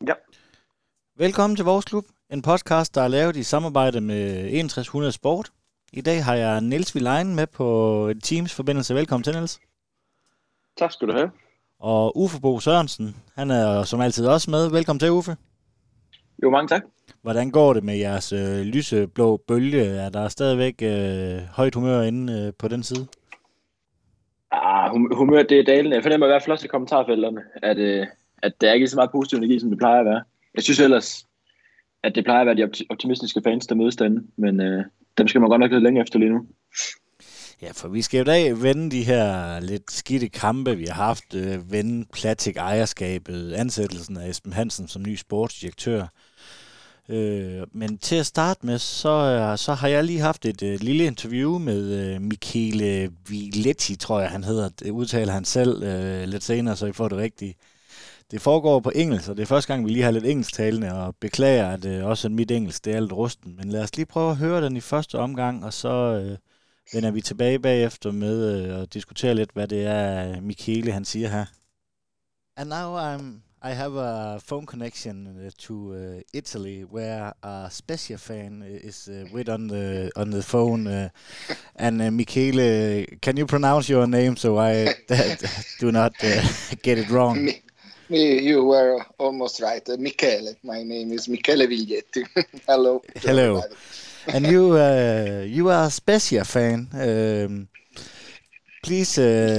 Ja. Velkommen til vores klub, en podcast, der er lavet i samarbejde med 6100 Sport. I dag har jeg Niels Vilein med på et Teams-forbindelse. Velkommen til, Niels. Tak skal du have. Og Uffe Bo Sørensen, han er som altid også med. Velkommen til, Uffe. Jo, mange tak. Hvordan går det med jeres lyseblå bølge? Er der stadigvæk højt humør inde på den side? Humør, det er dalende. Jeg fornemmer i hvert fald også i kommentarfelterne, at der er ikke så meget positiv energi, som det plejer at være. Jeg synes ellers, at det plejer at være de optimistiske fans, der mødes derinde, men dem skal man godt nok lidt længe efter lige nu. Ja, for vi skal jo i dag vende de her lidt skidte kampe, vi har haft. Vende Platic ejerskabet, ansættelsen af Esben Hansen som ny sportsdirektør. Men til at starte med, så har jeg lige haft et lille interview med Michele Viletti, tror jeg han hedder. Det udtaler han selv lidt senere, så I får det rigtigt. Det foregår på engelsk, og det er første gang, vi lige har lidt engelsktalende, og beklager, at også mit engelsk det er lidt rusten. Men lad os lige prøve at høre den i første omgang, og så vender vi tilbage bagefter med at diskutere lidt, hvad det er, Michele han siger her. And now I have a phone connection to Italy, where a Spezia fan is with on the phone. And Michele, can you pronounce your name so I do not get it wrong? You were almost right. Michele. My name is Michele Viglietti. Hello. Hello. And you are a Spezia fan. Please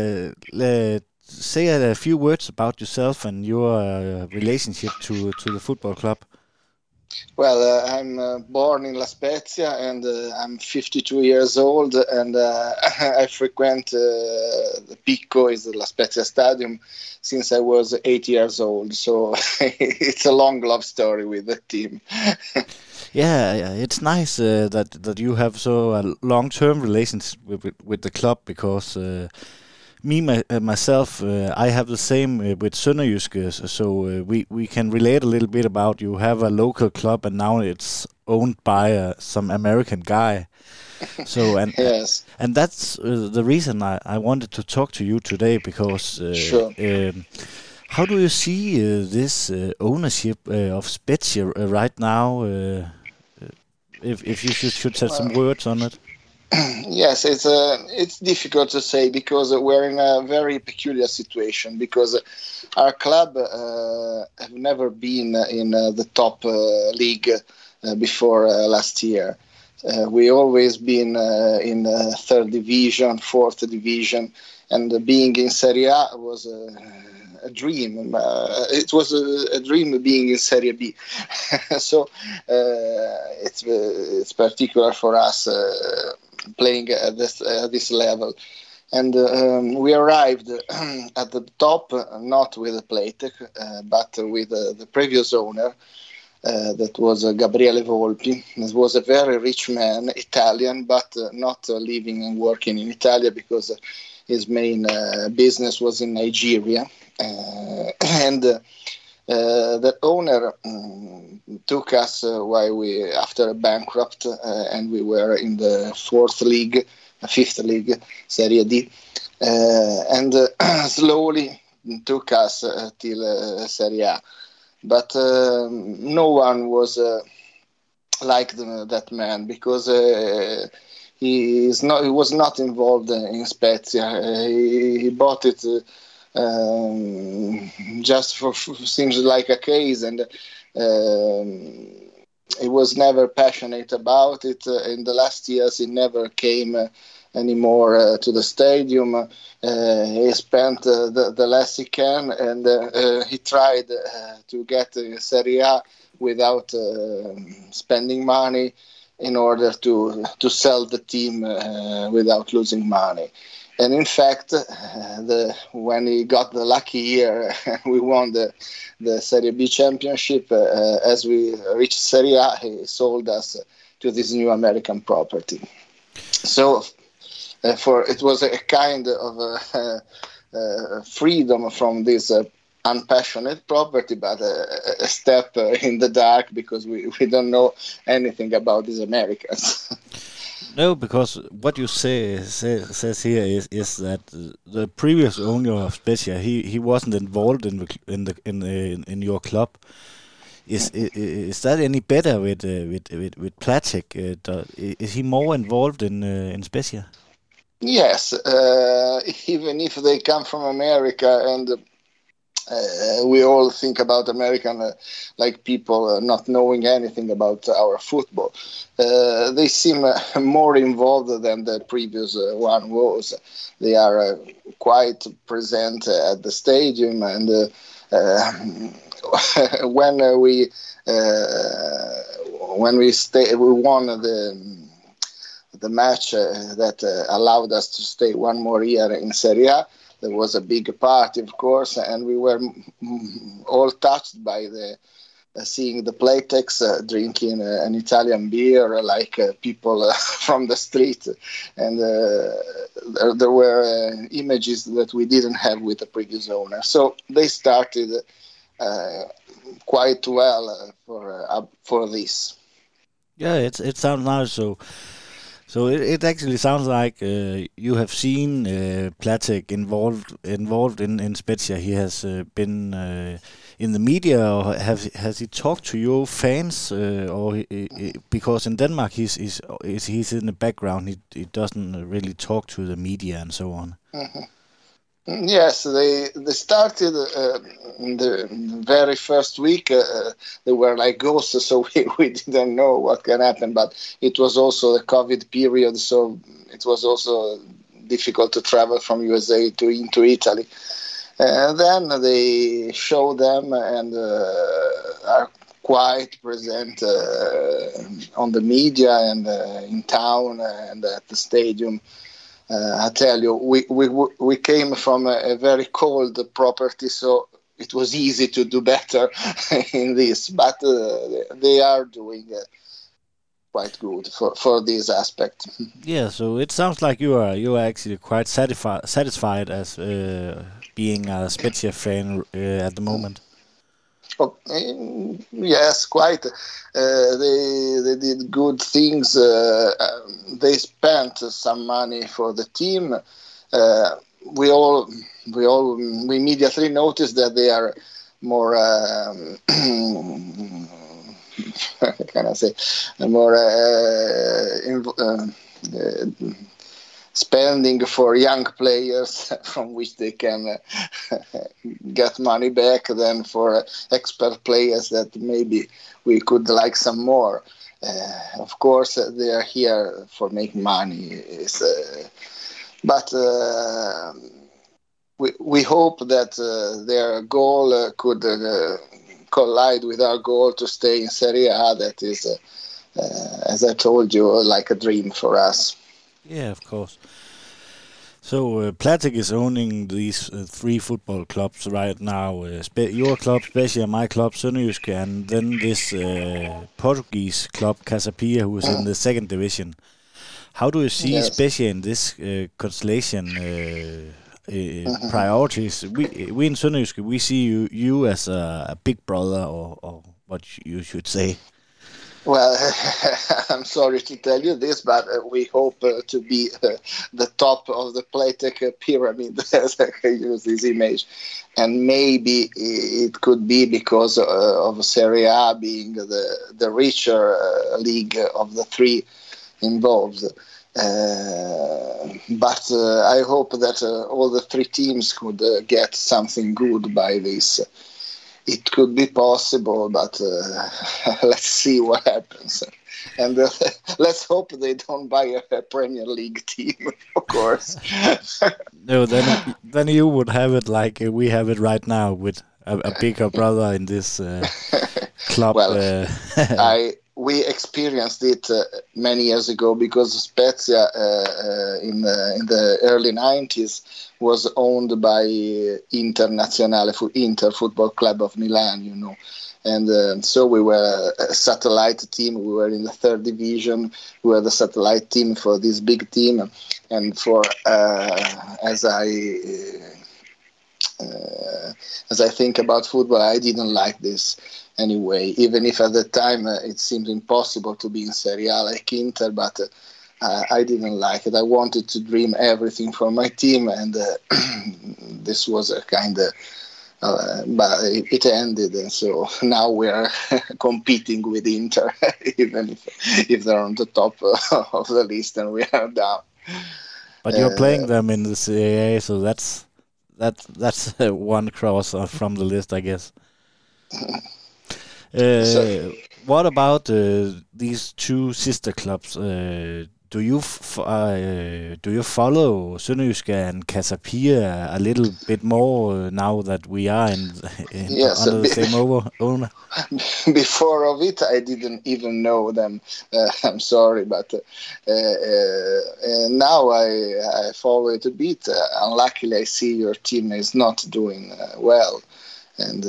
say a few words about yourself and your relationship to the football club. Well, I'm born in La Spezia and I'm 52 years old and I frequent the Pico, is the La Spezia Stadium, since I was 8 years old. So it's a long love story with the team. Yeah, it's nice that you have so a long-term relationship with the club, because myself, I have the same with Sønderjyske, so we can relate a little bit about you have a local club and now it's owned by some American guy. So yes. And that's the reason I wanted to talk to you today, because sure. How do you see this ownership of Spezia right now? If you should set some words on it. Yes, it's difficult to say because we're in a very peculiar situation, because our club have never been in the top league before last year. We always been in third division, fourth division, and being in Serie A was a dream. It was a dream being in Serie B. So it's particular for us playing at this level. And we arrived at the top, not with Platic, but with the previous owner, that was Gabriele Volpi. He was a very rich man, Italian, but not living and working in Italy, because his main business was in Nigeria. And the owner took us after a bankrupt, and we were in the fifth league, Serie D, and slowly took us till Serie A. But no one was like that man, because he was not involved in Spezia. He bought it just for seems like a case, and he was never passionate about it. In the last years, he never came anymore to the stadium. He spent the less he can, and he tried to get Serie A without spending money, in order to sell the team without losing money. And in fact, when he got the lucky year, we won the Serie B championship. As we reached Serie A, he sold us to this new American property. So it was a kind of freedom from this unpassionate property, but a step in the dark, because we don't know anything about these Americans. No, because what you says here is that the previous owner of Spezia, he wasn't involved in your club, Is that any better with Platek? Is he more involved in Spezia? Yes, even if they come from America, and we all think about American like people not knowing anything about our football. They seem more involved than the previous one was. They are quite present at the stadium, and when we won the match that allowed us to stay one more year in Serie A. There was a big party, of course, and we were all touched by seeing the Playtex drinking an Italian beer like people from the street. And there were images that we didn't have with the previous owner. So they started quite well for this. Yeah, it sounds nice. So it actually sounds like you have seen Platek involved in Spezia. He has been in the media, or has he talked to your fans? Because in Denmark he's in the background. He doesn't really talk to the media and so on. Mm-hmm. Yes, they started in the very first week. They were like ghosts, so we didn't know what can happen. But it was also the COVID period, so it was also difficult to travel from USA into Italy. Then they show them and are quite present on the media and in town and at the stadium. I tell you, we came from a very cold property, so it was easy to do better in this. But they are doing quite good for this aspect. Yeah, so it sounds like you are actually quite satisfied as being a Spezia fan at the moment. Oh, yes, quite. They did good things. They spent some money for the team. We immediately noticed that they are more. What can I say? More spending for young players from which they can get money back than for expert players that maybe we could like some more. Of course, they are here for making money. But we hope that their goal could collide with our goal to stay in Serie A. That is, as I told you, like a dream for us. Yeah, of course. So Platek is owning these three football clubs right now. Your club, Spezia, my club, Sønderjyske, and then this Portuguese club, Casa Pia, who is in the second division. How do you see Spezia in this constellation priorities? We in Sønderjyske, we see you as a big brother, or what you should say. Well, I'm sorry to tell you this, but we hope to be the top of the Playtech pyramid, as I can use this image. And maybe it could be because of Serie A being the richer league of the three involved. But I hope that all the three teams could get something good by this. It could be possible, but let's see what happens. And let's hope they don't buy a Premier League team, of course. No, then you would have it like we have it right now with a bigger brother in this club. Well, we experienced it many years ago because Spezia in the early 90s was owned by Inter Football Club of Milan, you know. And so we were a satellite team. We were in the third division. We were the satellite team for this big team. And for as I think about football, I didn't like this anyway. Even if at the time it seemed impossible to be in Serie A like Inter, but I didn't like it. I wanted to dream everything for my team, and this was a kind of but it ended, and so now we are competing with Inter, even if they're on the top of the list and we are down. But you're playing them in the Serie A, so that's one cross from the list, I guess. What about these two sister clubs? Do you follow Sønderjyske and Casapia a little bit more now that we are under the same owner? Before of it, I didn't even know them. I'm sorry, but now I follow it a bit. Unluckily, I see your team is not doing well, and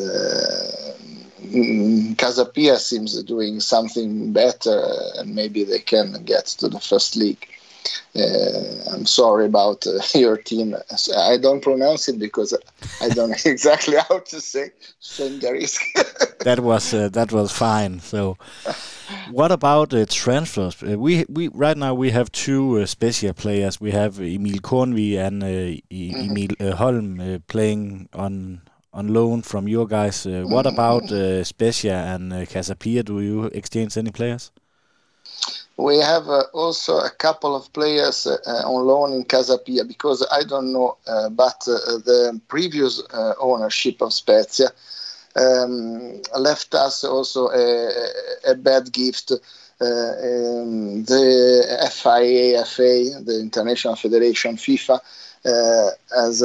Casapia seems doing something better, and maybe they can get to the first league. I'm sorry about your team. I don't pronounce it because I don't know exactly how to say Sønderjysk. That was fine. So, what about transfers? We right now we have two Spezia players. We have Emil Kornvig and Emil Holm playing on loan from your guys. What about Spezia and Casapia? Do you exchange any players? We have also a couple of players on loan in Casapia, because I don't know, but the previous ownership of Spezia left us also a bad gift. The FA, the International Federation, FIFA, has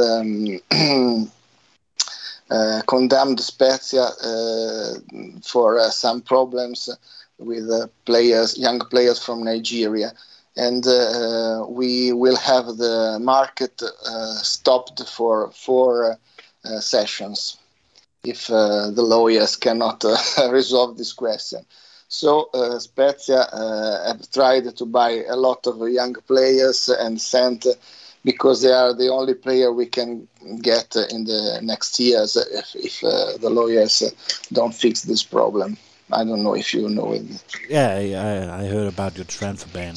condemned Spezia for some problems with young players from Nigeria, and we will have the market stopped for 4 sessions if the lawyers cannot resolve this question. So Spezia have tried to buy a lot of young players and sent, because they are the only player we can get in the next years if the lawyers don't fix this problem. I don't know if you know it. Yeah, I heard about your transfer ban.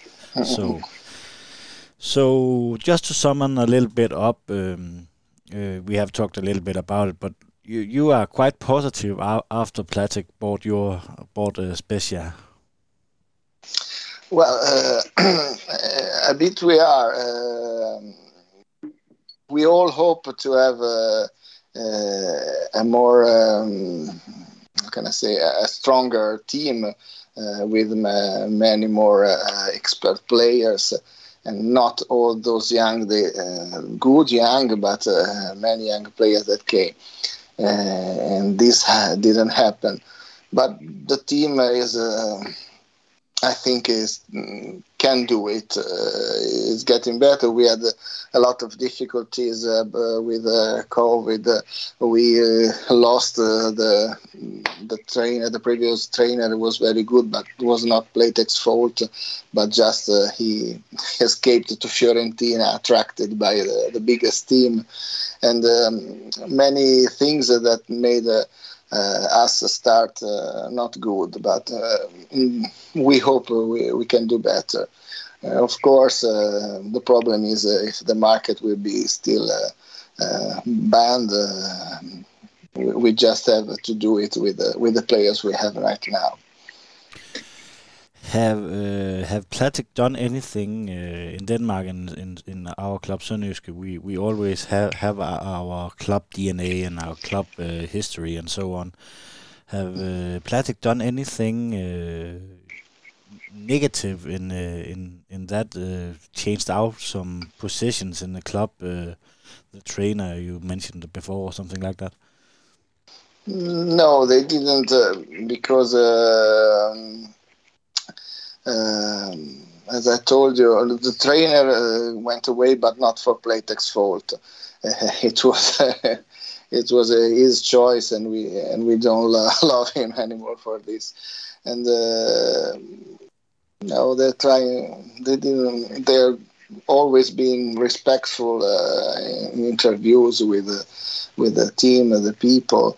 So just to sum a little bit up, we have talked a little bit about it, but you are quite positive after Platic bought Spezia. Well, a bit we are. We all hope to have a more, how can I say, a stronger team with many more expert players, and not all those young, good young, but many young players that came. And this didn't happen. But the team is... I think can do it. It's getting better. We had a lot of difficulties with COVID. We lost the trainer. The previous trainer was very good, but it was not Playtech's fault. But just he escaped to Fiorentina, attracted by the biggest team, and many things that made us start not good, but we hope we can do better. Of course, the problem is if the market will be still banned, we just have to do it with the players we have right now. Have Platic done anything in Denmark and in our club Sønderjyske? We always have our club DNA and our club history and so on. Have Platic done anything negative in that? Changed out some positions in the club? The trainer you mentioned before, or something like that? No, they didn't, because. As I told you, the trainer went away, but not for Playtech's fault. It was his choice, and we don't love him anymore for this. And no, they're trying. They're always being respectful in interviews with the team, the people.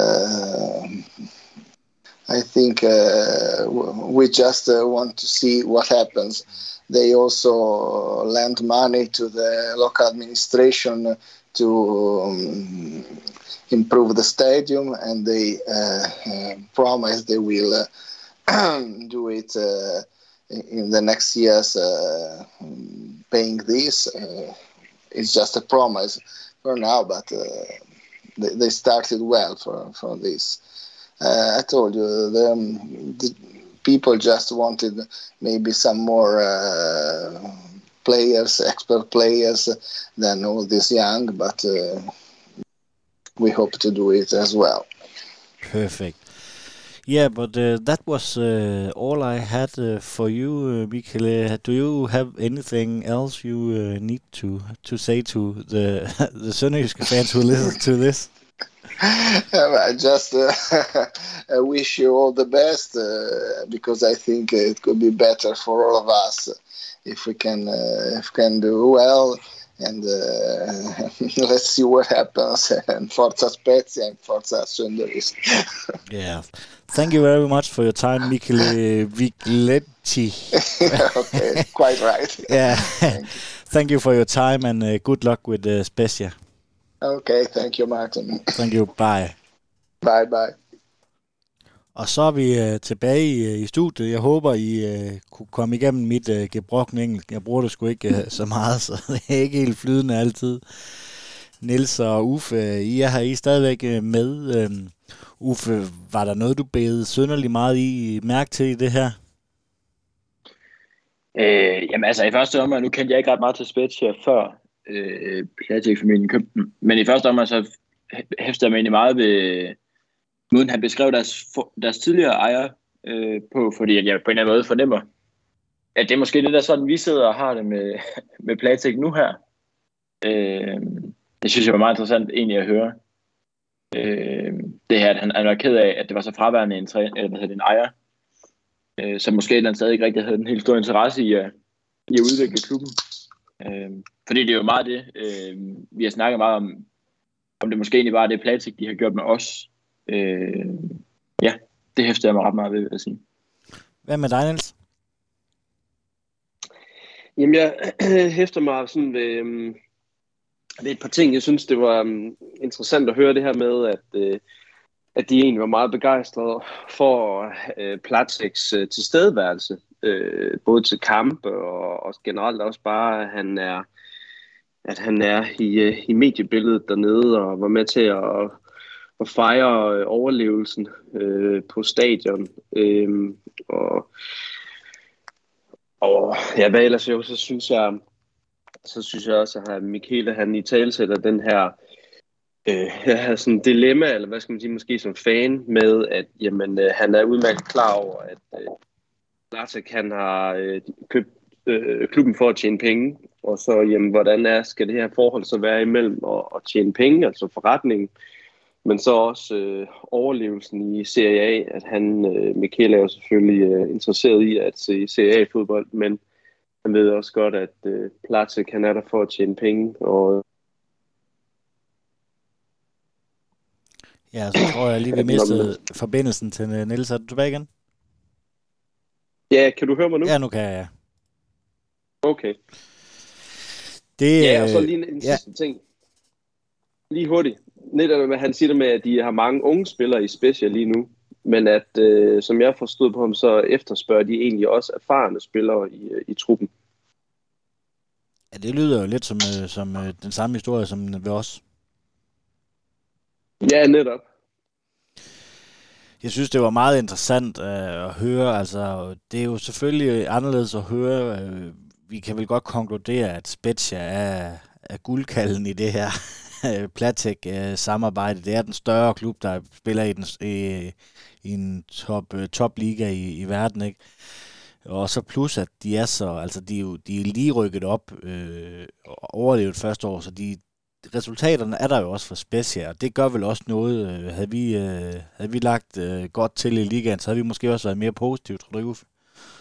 I think we just want to see what happens. They also lend money to the local administration to improve the stadium, and they promise they will do it in the next years. Paying this is just a promise for now, but they started well for this. I told you, the people just wanted maybe some more players, expert players, than all this young, but we hope to do it as well. Perfect. Yeah, but that was all I had for you, Michele. Do you have anything else you need to say to the the Sønderjyske fans who listen to this? I just I wish you all the best, because I think it could be better for all of us if we can do well, and let's see what happens. And Forza Spezia and Forza Sønderjysk. Yeah. Thank you very much for your time, Michele Vigiletti. Okay, quite right. Yeah. Thank you for your time, and good luck with Spezia. Okay, thank you, Martin. Thank you. Bye. Bye. Og så er vi tilbage i studiet. Jeg håber, I kunne komme igennem mit gebrokne engelsk. Jeg bruger det sgu ikke så meget, så det er ikke helt flydende altid. Niels og Uffe, I er stadigvæk med. Uffe, var der noget, du bed synderligt meget i mærke til i det her? Jamen altså, i første omgang, nu kendte jeg ikke ret meget til Spezia før Platic-familien købte den. Men i første omgang, så hæfter jeg mig egentlig meget ved måden, han beskrev deres tidligere ejer på, fordi at jeg på en eller anden måde fornemmer, at det er måske det, der sådan, vi sidder og har det med Platic nu her. Det synes jeg var meget interessant egentlig at høre. Det her, at han var ked af, at det var så fraværende en ejer, som måske et eller andet sted ikke rigtig havde en helt stor interesse i at udvikle klubben. Fordi det er jo meget det, vi har snakket meget om det måske egentlig bare det Platic, de har gjort med os. Ja, det hæfter jeg mig ret meget ved, vil jeg sige. Hvad med dig, Niels? Jamen, jeg hæfter mig sådan ved et par ting. Jeg synes, det var interessant at høre det her med, at de egentlig var meget begejstrede for Platics tilstedeværelse, både til kampe og generelt også bare, at han er i mediebilledet dernede og var med til at fejre overlevelsen på stadion. Og ja, hvad ellers jo, så synes jeg også, at Michele, han i talesætter den her sådan dilemma, eller hvad skal man sige, måske som fan med, at jamen, han er udmærket klar over, at Platic, han har købt klubben for at tjene penge, og så jamen, hvordan skal det her forhold så være imellem at tjene penge, altså forretningen, men så også overlevelsen i Serie A, at Michele er jo selvfølgelig interesseret i at se Serie A-fodbold, men han ved også godt, at Platic, han er der for at tjene penge. Og ja, så tror jeg lige, vi mistede forbindelsen til Niels. Er du tilbage igen? Ja, kan du høre mig nu? Ja, nu kan jeg, ja. Okay. Og så lige en sidste ting. Lige hurtigt. Netop med, han siger det med, at de har mange unge spillere i Spezia lige nu, men at, som jeg forstod på ham, så efterspørger de egentlig også erfarne spillere i truppen. Ja, det lyder jo lidt som den samme historie som ved os. Ja, netop. Jeg synes, det var meget interessant at høre. Altså, det er jo selvfølgelig anderledes at høre. Vi kan vel godt konkludere, at Spezia er guldkalden i det her Platic-samarbejde. Det er den større klub, der spiller i en top-liga i verden, ikke? Og så plus, at de er så, altså de er lige rykket op og overlevet første år, så resultaterne er der jo også for Spezia, og det gør vel også noget. Havde vi lagt godt til i ligaen, så havde vi måske også været mere positivt, tror du, Uffe?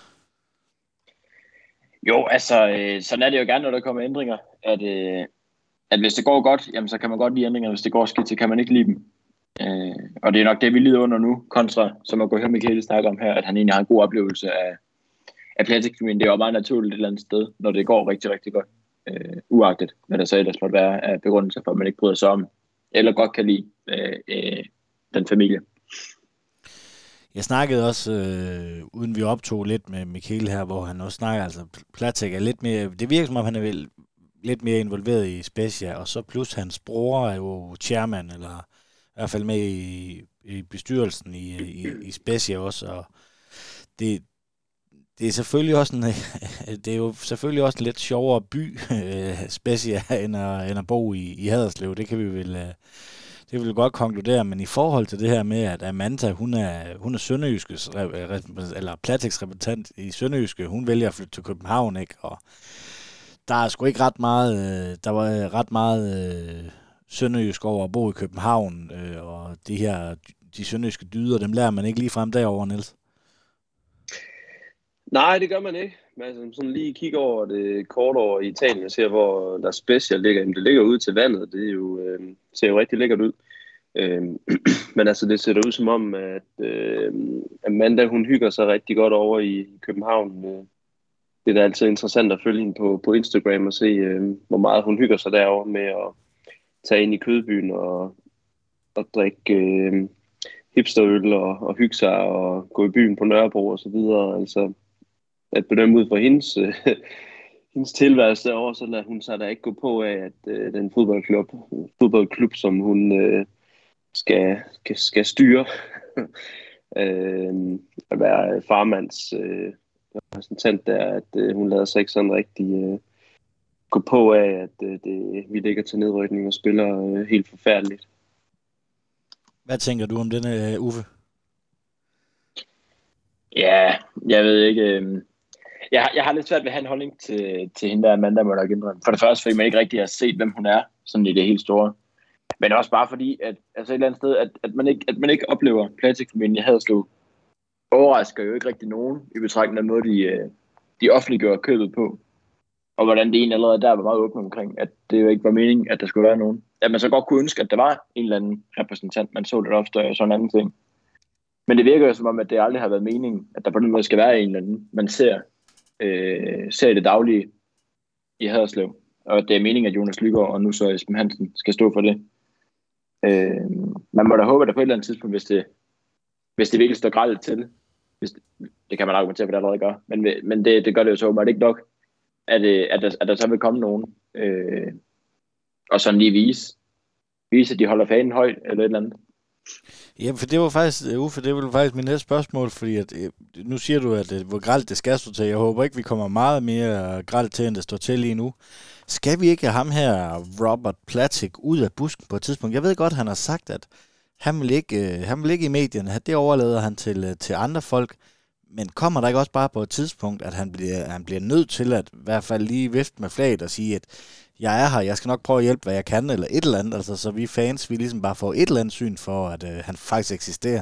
Jo, altså, sådan er det jo gerne, når der kommer ændringer, at hvis det går godt, jamen, så kan man godt lide ændringer, hvis det går skidt, så kan man ikke lide dem. Og det er nok det, vi lider under nu, kontra, som at gå her Michele snakker om her, at han egentlig har en god oplevelse af Platic, men det er jo meget naturligt et eller andet sted, når det går rigtig, rigtig godt. Uagtet, hvad der så ellers måtte være af begrundelser for, at man ikke bryder sig om eller godt kan lide den familie. Jeg snakkede også, uden vi optog lidt med Michael her, hvor han også snakker, altså Platek er lidt mere, det virker som om han er vel lidt mere involveret i Spezia, og så plus hans bror er jo chairman, eller i hvert fald med i bestyrelsen i Spezia også, og det er selvfølgelig også det er jo selvfølgelig også en lidt sjovere by, Spezia, end at bo i Haderslev. Det kan vi vel det vil godt konkludere, men i forhold til det her med, at Amanda, hun er Sønderjyskes, eller Plateks repræsentant i Sønderjyske, hun vælger at flytte til København, ikke? Og der er sgu ikke ret meget, der var ret meget sønderjysk over at bo i København, og de sønderjyske dyder, dem lærer man ikke lige frem derovre, Niels. Nej, det gør man ikke. Men altså, sådan lige kigge over det kort over i Italien og ser, hvor der specielt ligger. Jamen, det ligger ud til vandet. Det er jo, ser jo rigtig lækkert ud. Men altså, det ser ud som om, at Amanda, hun hygger sig rigtig godt over i København. Det er da altid interessant at følge hende på Instagram og se, hvor meget hun hygger sig derovre med at tage ind i kødbyen og drikke hipsterøl og hygge sig og gå i byen på Nørrebro og så videre. Altså, at bedømme ud fra hendes tilværelse derovre, så lader hun sig da ikke gå på af, at den fodboldklub, som hun skal styre, at være farmands repræsentant der, at hun lader sig ikke sådan rigtig gå på af, at vi ligger til nedrykning og spiller helt forfærdeligt. Hvad tænker du om denne, Uffe? Ja, jeg ved ikke. Jeg har lidt svært ved at have en holdning til hende der Amanda, må jeg indrømme. For det første, fordi man ikke rigtig har set, hvem hun er, sådan i det helt store. Men også bare fordi, at altså et eller andet sted, at man ikke oplever Platik-familien i Haderslev, overrasker jo ikke rigtig nogen i betragtning af måde, de offentliggør købet på. Og hvordan det egentlig allerede der var meget åbent omkring, at det jo ikke var meningen, at der skulle være nogen. At man så godt kunne ønske, at der var en eller anden repræsentant, man så lidt ofte og sådan en anden ting. Men det virker jo som om, at det aldrig har været meningen, at der på den måde skal være en eller anden, man ser i det daglige i Haderslev. Og det er meningen, at Jonas Lygaard og nu så Esben Hansen skal stå for det. Man må da håbe, at der på et eller andet tidspunkt, hvis det virkelig står grelt til, det kan man argumentere for, det allerede gør, men det gør det jo så åbenbart ikke nok, at der så vil komme nogen, og sådan lige vise, at de holder fanen højt, eller et eller andet. Ja, for det var faktisk, Uffe, det var faktisk min næste spørgsmål, fordi at, nu siger du, at hvor grelt det skal stå til. Jeg håber ikke, vi kommer meget mere grelt til, end det står til lige nu. Skal vi ikke have ham her, Robert Platik, ud af busken på et tidspunkt? Jeg ved godt, han har sagt, at han vil ikke i medierne. Det overlader han til andre folk. Men kommer der ikke også bare på et tidspunkt, at han bliver nødt til at i hvert fald lige vifte med flaget og sige, at jeg er her, jeg skal nok prøve at hjælpe, hvad jeg kan, eller et eller andet, altså så vi fans, vi ligesom bare får et eller andet syn for, at han faktisk eksisterer?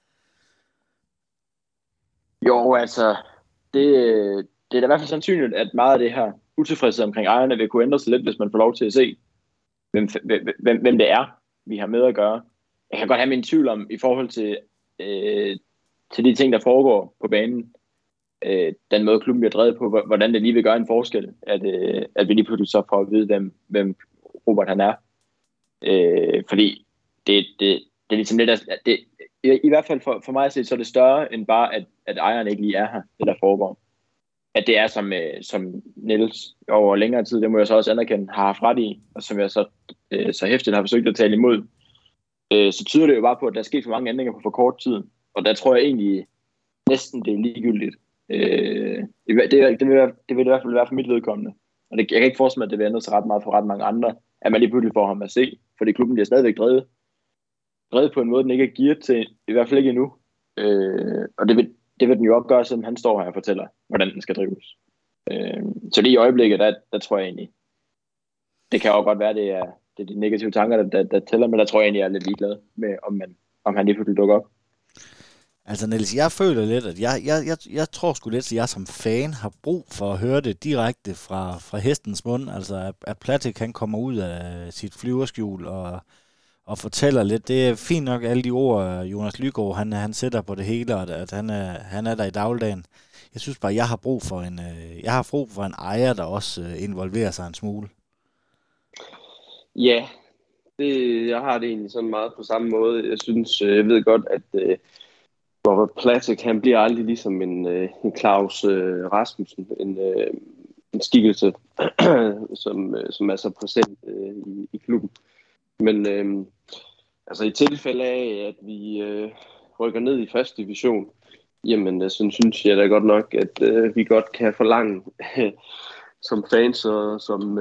Jo, altså, det er da i hvert fald sandsynligt, at meget af det her utilfredshed omkring ejerne vil kunne ændre sig lidt, hvis man får lov til at se, hvem det er, vi har med at gøre. Jeg kan godt have min tvivl om, i forhold til de ting, der foregår på banen, den måde klubben bliver drevet på, hvordan det lige vil gøre en forskel, at vi lige pludselig så får at vide, hvem Robert han er. Fordi det er ligesom lidt, i hvert fald for mig at se, så er det større end bare, at ejeren ikke lige er her, det der foregår. At det er som Niels over længere tid, det må jeg så også anerkende, har haft ret i, og som jeg så hæftigt har forsøgt at tale imod, så tyder det jo bare på, at der er sket for mange ændringer på for kort tid. Og der tror jeg egentlig næsten, det er ligegyldigt. Det vil i hvert fald være for mit vedkommende. Og jeg kan ikke forestille mig, at det vil ændre sig ret meget for ret mange andre, at man lige pludselig får ham at se. Fordi klubben bliver stadigvæk drevet på en måde, den ikke er gearet til, i hvert fald ikke endnu. Og det vil den jo også gøre, selvom han står her og fortæller, hvordan den skal drives. Så lige i øjeblikket, der tror jeg egentlig, det kan jo godt være, det er de negative tanker, der tæller, men der tror jeg egentlig, jeg er lidt ligeglad med, om han lige pludselig dukker op. Altså Niels, jeg føler lidt, at jeg tror sgu lidt, at jeg som fan har brug for at høre det direkte fra hestens mund. Altså at Platik han kommer ud af sit flyverskjul og fortæller lidt. Det er fint nok alle de ord, Jonas Lygaard han sætter på det hele, og at han er der i dagligdagen. Jeg synes bare, jeg har brug for en ejer, der også involverer sig en smule. Ja, Jeg har det egentlig sådan meget på samme måde. Jeg synes, jeg ved godt, at Robert Platic, han bliver aldrig ligesom en Claus Rasmussen, en skikkelse, som er så præsent i klubben. Men altså i tilfælde af, at vi rykker ned i første division, jamen så synes jeg da godt nok, at vi godt kan forlange som fans og som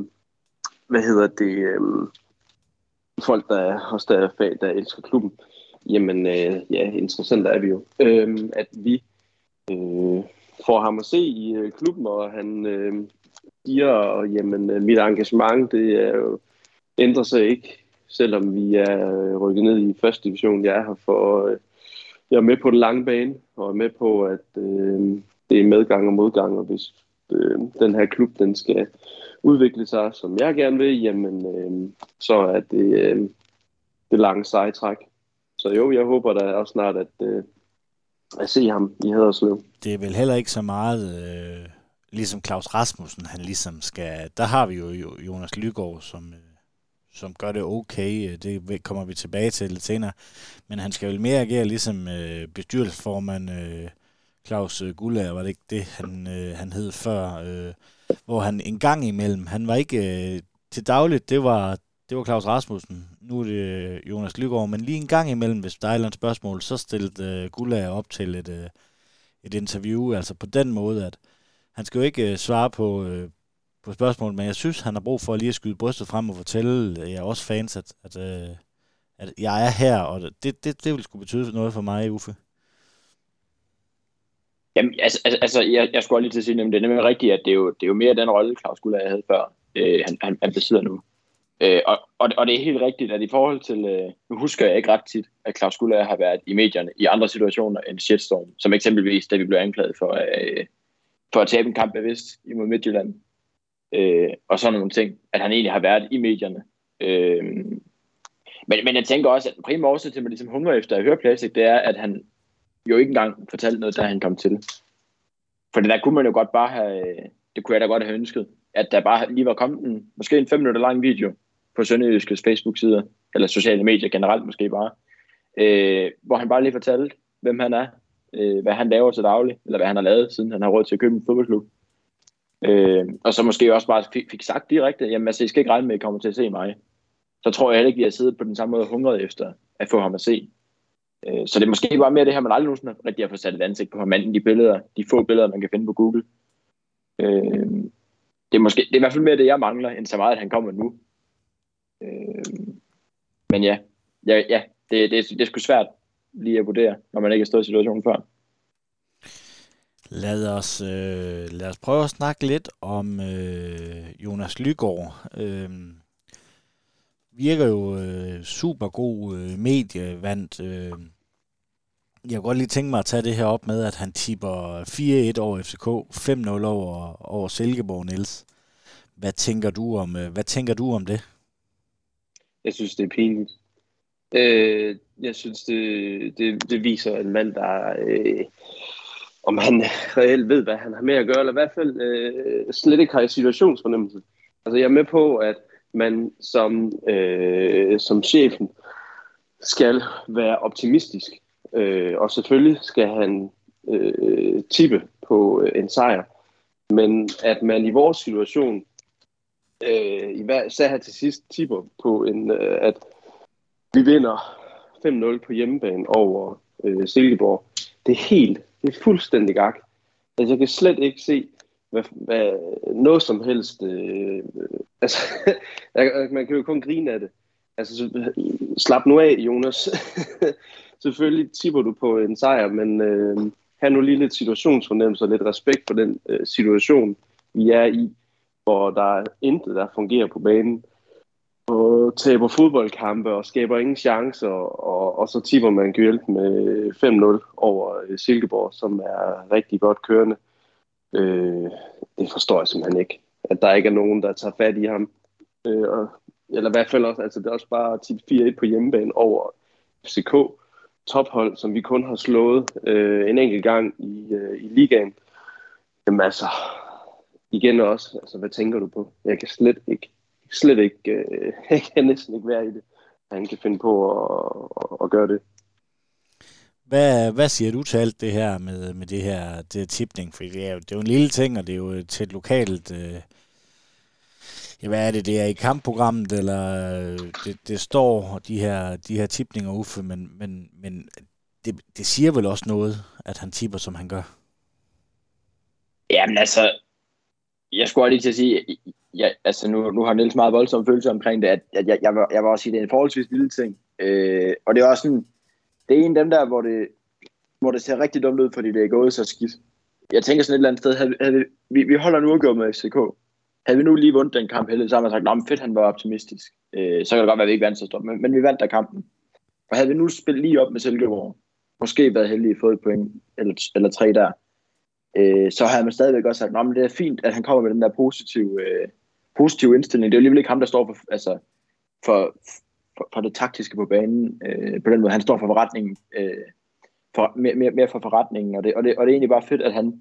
folk, der elsker klubben. Jamen ja, interessant er vi jo, at vi får ham at se i klubben, og han siger, og jamen mit engagement, det er jo, ændrer sig ikke, selvom vi er rykket ned i første division. Jeg er her for, jeg er med på den lange bane, og er med på, at det er medgang og modgang, og hvis den her klub, den skal udvikle sig, som jeg gerne vil, jamen så er det lange seje træk. Så jo, jeg håber da også snart, at se ham i Haderslev. Det er vel heller ikke så meget, ligesom Claus Rasmussen, han ligesom skal... Der har vi jo Jonas Lygaard, som gør det okay. Det kommer vi tilbage til lidt senere. Men han skal vel mere agere ligesom bestyrelsesformand Claus Guldager, var det ikke det, han hed før? Hvor han en gang imellem, han var ikke til dagligt, det var Claus Rasmussen. Nu er det Jonas Lygaard, men lige en gang imellem, hvis der er et eller andet spørgsmål, så stillede Guldager op til et interview, altså på den måde, at han skal jo ikke svare på spørgsmål, men jeg synes, han har brug for lige at skyde brystet frem og fortælle jer også fans, at jeg er her, og det vil sgu betyde noget for mig, Uffe. Jamen, altså jeg skulle lige til at sige, at det er nemlig rigtigt, at det er jo mere den rolle, Claus Guldager havde før, han besidder nu. Og det er helt rigtigt, at i forhold til, nu husker jeg ikke ret tit, at Claus Guldager har været i medierne i andre situationer end shitstorm, som eksempelvis, da vi blev anklaget for at tabe en kamp bevidst imod Midtjylland, og sådan nogle ting, at han egentlig har været i medierne. Men jeg tænker også, at den primære årsag til, at man ligesom hungrer efter at høre Platic, det er, at han jo ikke engang fortalte noget, da han kom til. For det der kunne man jo godt bare have, det kunne jeg da godt have ønsket, at der bare lige var kommet måske en 5 minutter lang video på Sønderjyskes Facebook-sider, eller sociale medier generelt måske bare, hvor han bare lige fortalte, hvem han er, hvad han laver til daglig, eller hvad han har lavet, siden han har råd til at købe en fodboldklub. Og så måske også bare fik sagt direkte, jamen altså, I skal ikke regne med, at I kommer til at se mig. Så tror jeg heller ikke, at vi har siddet på den samme måde hungret efter at få ham at se. Så det er måske bare mere det her, man aldrig nogensinde rigtig har fået sat et ansigt på ham, anden de få billeder, man kan finde på Google. Det er i hvert fald mere det, jeg mangler, end så meget, at han kommer nu. Men ja, det er sgu svært lige at vurdere, når man ikke har stået i situationen før. Lad os prøve at snakke lidt om Jonas Lygaard. Virker jo super god medievandt. Jeg kunne godt lige tænke mig at tage det her op med, at han tipper 4-1 over FCK, 5-0 over Silkeborg, Niels. Hvad tænker du om det? Jeg synes, det er pinligt. Jeg synes, det viser en mand, der om han reelt ved, hvad han har med at gøre, eller i hvert fald slet ikke har i situationsfornemmelse. Altså, jeg er med på, at man som chefen skal være optimistisk. Og selvfølgelig skal han tippe på en sejr. Men at man i vores situation, især her til sidst, tipper på at vi vinder 5-0 på hjemmebane over Silkeborg, det er fuldstændig gak. Altså, jeg kan slet ikke se, hvad noget som helst. Altså, man kan jo kun grine af det. Altså, slap nu af, Jonas. Selvfølgelig tipper du på en sejr, men have nu lige lidt situationsfornemmelse og lidt respekt for den situation, vi er i, hvor der er intet, der fungerer på banen, og taber fodboldkampe og skaber ingen chancer, og så tipper man gylt med 5-0 over Silkeborg, som er rigtig godt kørende. Det forstår jeg simpelthen ikke, at der ikke er nogen, der tager fat i ham. Eller i hvert fald også, altså det er også bare tippe 4-1 på hjemmebane over FCK, tophold, som vi kun har slået en enkelt gang i ligaen. Jamen altså, igen også, altså hvad tænker du på? Jeg kan slet ikke slet ikke, jeg kan næsten ikke være i det. Han kan finde på at gøre det. Hvad siger du til alt det her med det her tipning? For det er jo en lille ting, og det er jo til et lokalt... hvad er det? Det er i kampprogrammet, eller det står de her tipninger, Uffe, men det siger vel også noget, at han tipper, som han gør? Jamen altså, jeg skulle lige til at sige, nu har Niels meget voldsomme følelser omkring det, at jeg vil også sige, det er en forholdsvis lille ting. Og det er også sådan, det er en af dem der, hvor det ser rigtig dumt ud, fordi det er gået så skidt. Jeg tænker sådan et eller andet sted, vi holder nu udgået med FCK. Havde vi nu lige vundet den kamp, så havde man sagt, fedt, han var optimistisk. Så kan det godt være, at vi ikke vandt så stort, men vi vandt der kampen. Og havde vi nu spillet lige op med Silkeborg, måske været heldige at få et point, eller 3 der, så havde man stadigvæk også sagt, men det er fint, at han kommer med den der positive indstilling. Det er jo alligevel ikke ham, der står for det taktiske på banen. På den måde, han står for forretningen, mere for forretningen, og det er egentlig bare fedt, at han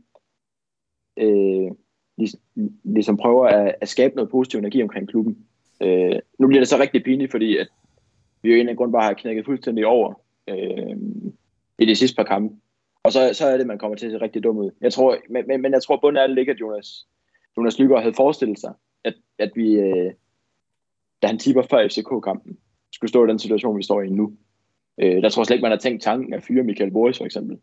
ligesom prøver at skabe noget positiv energi omkring klubben. Nu bliver det så rigtig pinligt, fordi at vi jo egentlig grund bare har knækket fuldstændig over i de sidste par kampe. Og så er det, man kommer til at se rigtig dum ud. Jeg tror bunden af det ligger, at Jonas Lygaard havde forestillet sig, at vi, da han tipper før FCK-kampen, skulle stå i den situation, vi står i nu. Der tror jeg slet ikke, man har tænkt tanken at fyre Michael Boris, for eksempel.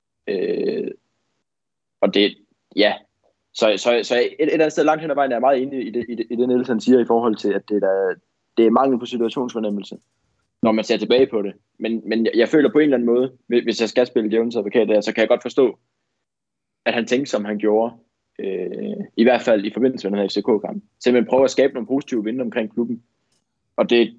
Og det, ja. Så et andet sted langt hen ad vejen er jeg meget enig i det Niels han siger, i forhold til, at det er mangel på situationsfornemmelse, når man ser tilbage på det. Men jeg føler på en eller anden måde, hvis jeg skal spille djævelens advokat der, så kan jeg godt forstå, at han tænkte, som han gjorde, i hvert fald i forbindelse med den her FCK-kamp. Simpelthen prøve at skabe nogle positive vinde omkring klubben. Og det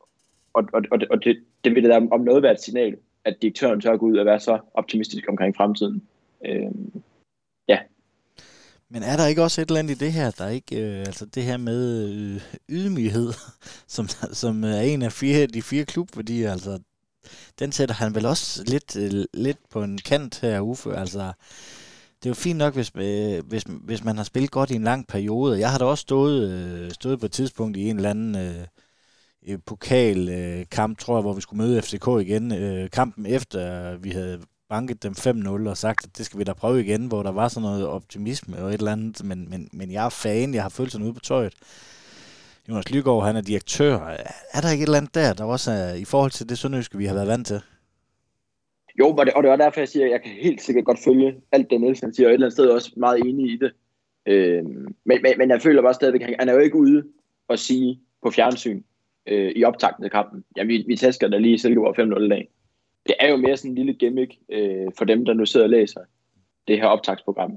vil da om noget være et signal, at direktøren tør gå ud og være så optimistisk omkring fremtiden. Ja. Men er der ikke også et eller andet i det her, der ikke, altså det her med ydmyghed, som er en af de 4 klubværdier, altså den sætter han vel også lidt på en kant her, Uffe, altså det er jo fint nok, hvis man har spillet godt i en lang periode. Jeg har da også stået på et tidspunkt i en eller anden pokalkamp, tror jeg, hvor vi skulle møde FCK igen, kampen efter vi havde banket dem 5-0 og sagt, at det skal vi da prøve igen, hvor der var sådan noget optimisme og et eller andet, men jeg er fan, jeg har følelserne ude på tøjet. Jonas Lygaard, han er direktør. Er der ikke et eller andet der også er, i forhold til det sønderjyske, vi har været vant til? Jo, og det er derfor, jeg siger, at jeg kan helt sikkert godt følge alt det, Nielsen siger, og et eller andet sted også meget enig i det. Men jeg føler bare stadigvæk, han er jo ikke ude og sige på fjernsyn i optakten af kampen, jamen vi tæsker da lige Silkeborg 5-0 dag. Det er jo mere sådan en lille gimmick for dem, der nu sidder og læser det her optagsprogram.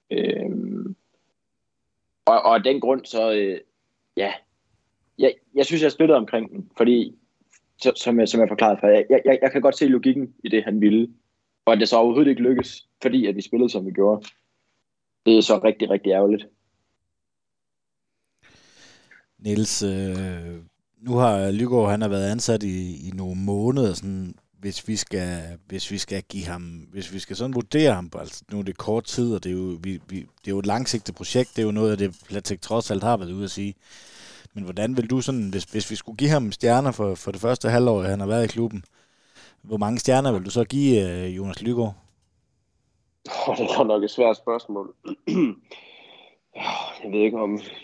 Og af den grund, så jeg synes, jeg støtter omkring den, fordi, som jeg forklarede før, jeg kan godt se logikken i det, han ville, og at det så overhovedet ikke lykkes, fordi at vi spillede, som vi gjorde. Det er så rigtig, rigtig ærgerligt. Niels, nu har Lygaard, han har været ansat i nogle måneder, sådan, hvis vi skal give ham, hvis vi skal sådan vurdere ham, altså nu er det kort tid, og det er jo, det er jo et langsigtet projekt, det er jo noget af det, Platek trods alt har været ude at sige. Men hvordan vil du sådan, hvis vi skulle give ham stjerner for det første halvår, han har været i klubben, hvor mange stjerner vil du så give Jonas Lygaard? Det er nok et svært spørgsmål. Jeg ved ikke,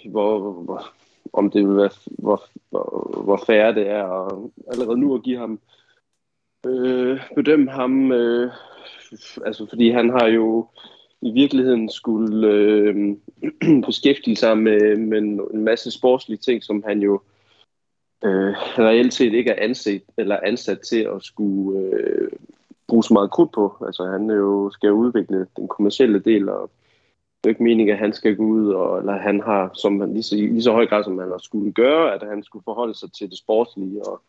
om det vil være, hvor fair det er, og allerede nu at give ham, bedømme ham, altså fordi han har jo i virkeligheden skulle beskæftige sig med en masse sportslige ting, som han jo reelt set ikke er ansat til at skulle bruge så meget krudt på. Altså han skal udvikle den kommercielle del, og det er ikke meningen, at han skal gå ud, eller han har som lige så høj grad, som han har skulle gøre, at han skulle forholde sig til det sportslige og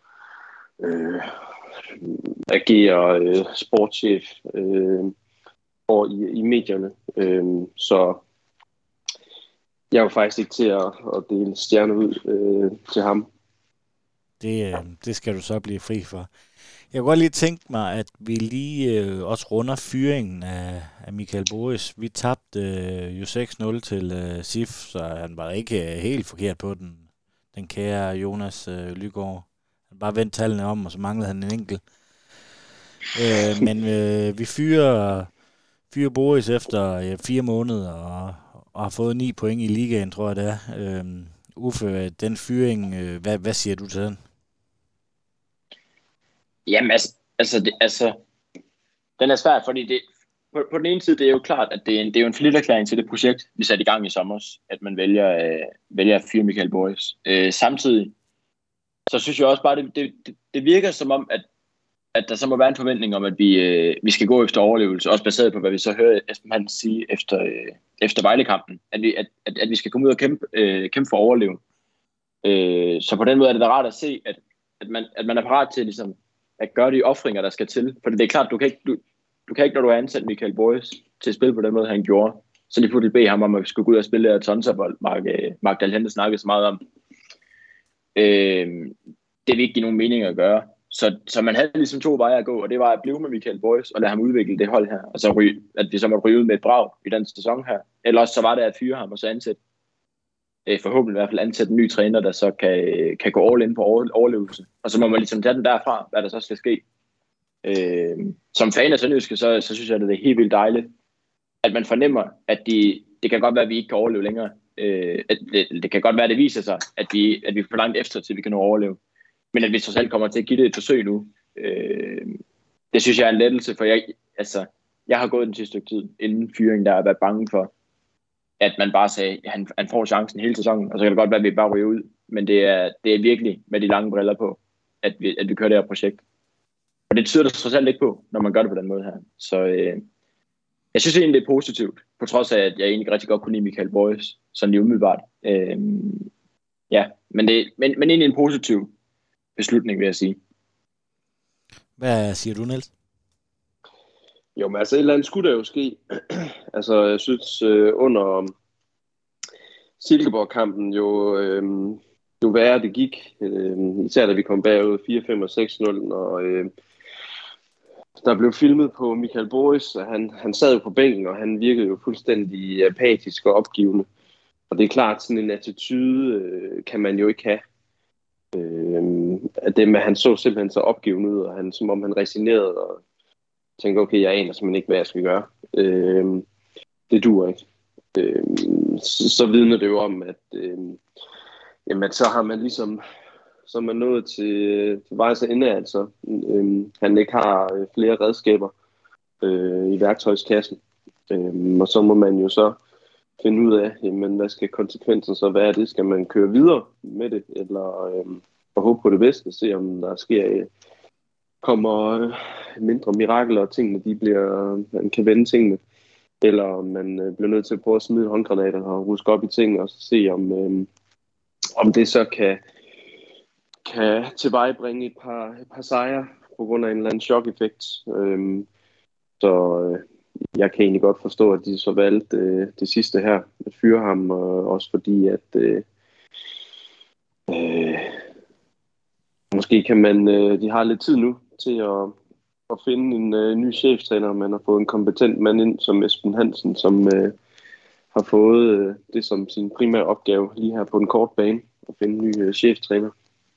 agere sportschef og i medierne. Så jeg er jo faktisk ikke til at dele stjerner ud til ham. Det skal du så blive fri for. Jeg kunne godt lige tænke mig, at vi lige også runder fyringen af Michael Boris. Vi tabte jo 6-0 til SIF, så han var ikke helt forkert på den den kære Jonas Lygaard. Han bare vendte tallene om, og så manglede han en enkelt. Men vi fyrer Boris efter 4 måneder, og har fået 9 point i ligaen, tror jeg det er. Uffe, den fyring, hvad siger du til den? Jamen, den er svær, fordi det, på den ene side, det er jo klart, at det er jo en flitterklæring til det projekt, vi satte i gang i sommer, at man vælger at fyre Michael Boris. Samtidig, så synes jeg også bare, det virker som om, at der så må være en forventning om, at vi skal gå efter overlevelse, også baseret på, hvad vi så hører Esben Hansen sige efter Vejle-kampen, at vi skal komme ud og kæmpe for at overleve. Så på den måde er det da rart at se, at man er parat til ligesom, at gøre de offringer, der skal til. For det er klart, du kan ikke, når du har ansat Michael Boris til at spille på den måde, han gjorde, så lige pludselig bede ham om, at vi skulle gå ud og spille der tonserbold, Mark Dahl snakkede så meget om. Det vil ikke give nogen mening at gøre. Så man havde ligesom 2 veje at gå, og det var at blive med Michael Boris og lade ham udvikle det hold her, og så at vi så måtte ryge ud med et brag i den sæson her. Ellers så var det at fyre ham og så ansætte, forhåbentlig i hvert fald ansætte en ny træner, der så kan gå all in på overlevelse. Og så må man ligesom tage den derfra, hvad der så skal ske. Som fan af Sønderjyske, så synes jeg, at det er helt vildt dejligt, at man fornemmer, at det kan godt være, at vi ikke kan overleve længere. Det kan godt være, at det viser sig, at vi er for langt efter, til vi kan nå overleve. Men at vi trods alt kommer til at give det et forsøg nu, det synes jeg er en lettelse, for jeg har gået den sidste stykke tid inden fyringen, der har været bange for, at man bare sagde, at han får chancen hele sæsonen, og så kan det godt være, at vi bare ryger ud. Men det er virkelig med de lange briller på, at vi kører det her projekt. Og det tyder det trods alt ikke på, når man gør det på den måde her. Så jeg synes egentlig, det er positivt, på trods af, at jeg egentlig rigtig godt kunne lide Michael Boris, sådan lige umiddelbart. Men egentlig en positiv beslutning, vil jeg sige. Hvad siger du, Niels? Jo, men altså et eller andet skulle der jo ske. Altså, jeg synes under Silkeborg-kampen jo værre det gik. Især da vi kom bagud 4-5 og 6-0, og der blev filmet på Michael Boris, og han sad jo på bænken, og han virkede jo fuldstændig apatisk og opgivende. Og det er klart, sådan en attitude kan man jo ikke have. At det med, han så simpelthen så opgivende ud, og som om han resignerede og tænkte, okay, jeg aner simpelthen ikke, hvad jeg skal gøre. Det duer ikke. Så vidner det jo om, at jamen, så har man ligesom, så er man nået til vejs ende, altså. Han ikke har flere redskaber i værktøjskassen. Og så må man jo så finde ud af, jamen, hvad skal konsekvensen så være? Det skal man køre videre med det, eller og håbe på det bedste, se om der kommer mindre mirakler, og tingene, man kan vende tingene, eller om man bliver nødt til at prøve at smide håndgranater og ruske op i tingene, og så se om det så kan tilvejebringe et par sejre på grund af en eller anden chok-effekt. Så jeg kan egentlig godt forstå, at de så valgte det sidste her, at fyre ham, også fordi, at måske kan man, de har lidt tid nu til at finde en ny cheftræner. Man har fået en kompetent mand ind som Esben Hansen, som har fået det som sin primære opgave lige her på den korte bane, at finde en ny cheftræner.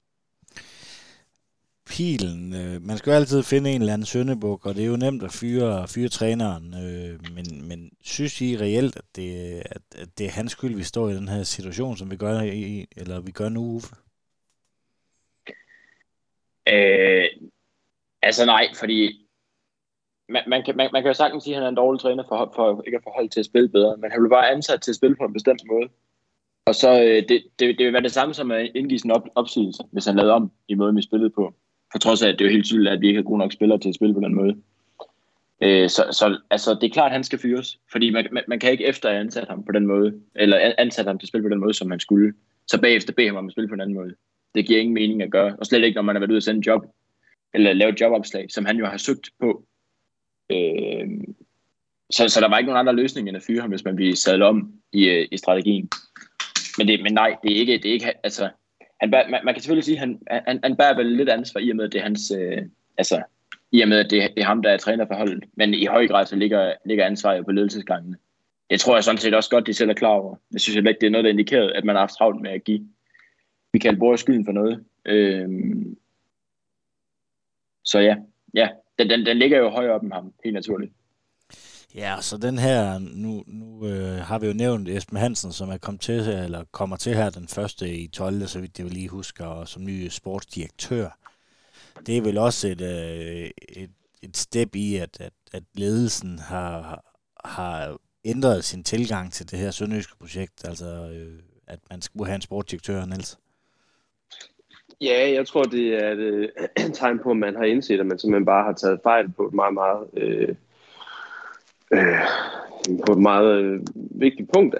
Pilen. Man skal jo altid finde en eller anden syndebuk, og det er jo nemt at fyre træneren. Men synes I reelt, at det er hans skyld, vi står i den her situation, som vi gør nu, Uffe? Altså nej, fordi man kan jo sagtens sige, at han er en dårlig træner for ikke at få holdet til at spille bedre, men han vil bare ansat til at spille på en bestemt måde. Og så det vil være det samme som at indgive sådan en opsigelse, hvis han lavede om i måden, vi spillede på. For trods af, at det er jo helt tydeligt, at vi ikke har gode nok spillere til at spille på den måde. Så altså, det er klart, at han skal fyres, fordi man kan ikke efter ansætte ham på den måde, eller ansætte ham til at spille på den måde, som man skulle, så bagefter bede ham om at spille på en anden måde. Det giver ingen mening at gøre, og slet ikke, når man har været ude at sende job, eller lave et jobopslag, som han jo har søgt på. Så der var ikke nogen andre løsning end at fyre ham, hvis man bliver sadlet om i strategien. Men nej, det er ikke altså, man kan selvfølgelig sige, at han bærer vel lidt ansvar i og med, at det er hans, i og med, at det er ham, der er træner for holdet. Men i høj grad så ligger ansvaret på ledelsesgangene. Det tror jeg sådan set også godt, de selv er klar over. Jeg synes heller ikke, det er noget, der indikerer, at man har haft travlt med at give Michael Borg skylden for noget. Så ja, den ligger jo højere op med ham, helt naturligt. Ja, så den her, nu har vi jo nævnt Esben Hansen, som er kommet til, eller kommer til her den 1.12., så vidt jeg vil lige husker, og som ny sportsdirektør. Det er vel også et step i, at ledelsen har ændret sin tilgang til det her sønderjyske projekt, altså at man skulle have en sportsdirektør, Niels. Ja, jeg tror, det er et tegn på, at man har indset, at man simpelthen bare har taget fejl på et meget vigtigt punkt,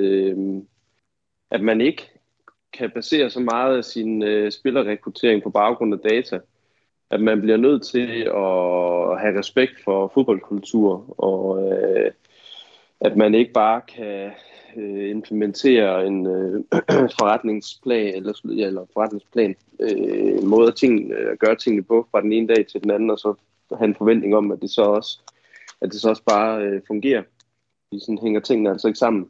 at man ikke kan basere så meget af sin spillerrekruttering på baggrund af data. At man bliver nødt til at have respekt for fodboldkultur, og at man ikke bare kan implementere en forretningsplan eller forretningsplan, en måde at gøre tingene på fra den ene dag til den anden, og så have en forventning om, at det så også bare fungerer. Sådan hænger tingene altså ikke sammen.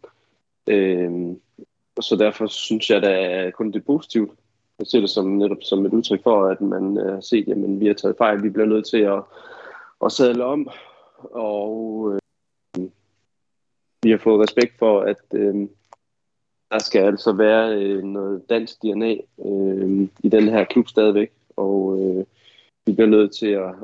Så derfor synes jeg, at kun det er positivt. Jeg ser det netop som et udtryk for, at man har set, at vi har taget fejl. Vi bliver nødt til at sadle om, og vi har fået respekt for, at der skal altså være noget dansk DNA i den her klub stadigvæk, og vi bliver nødt til at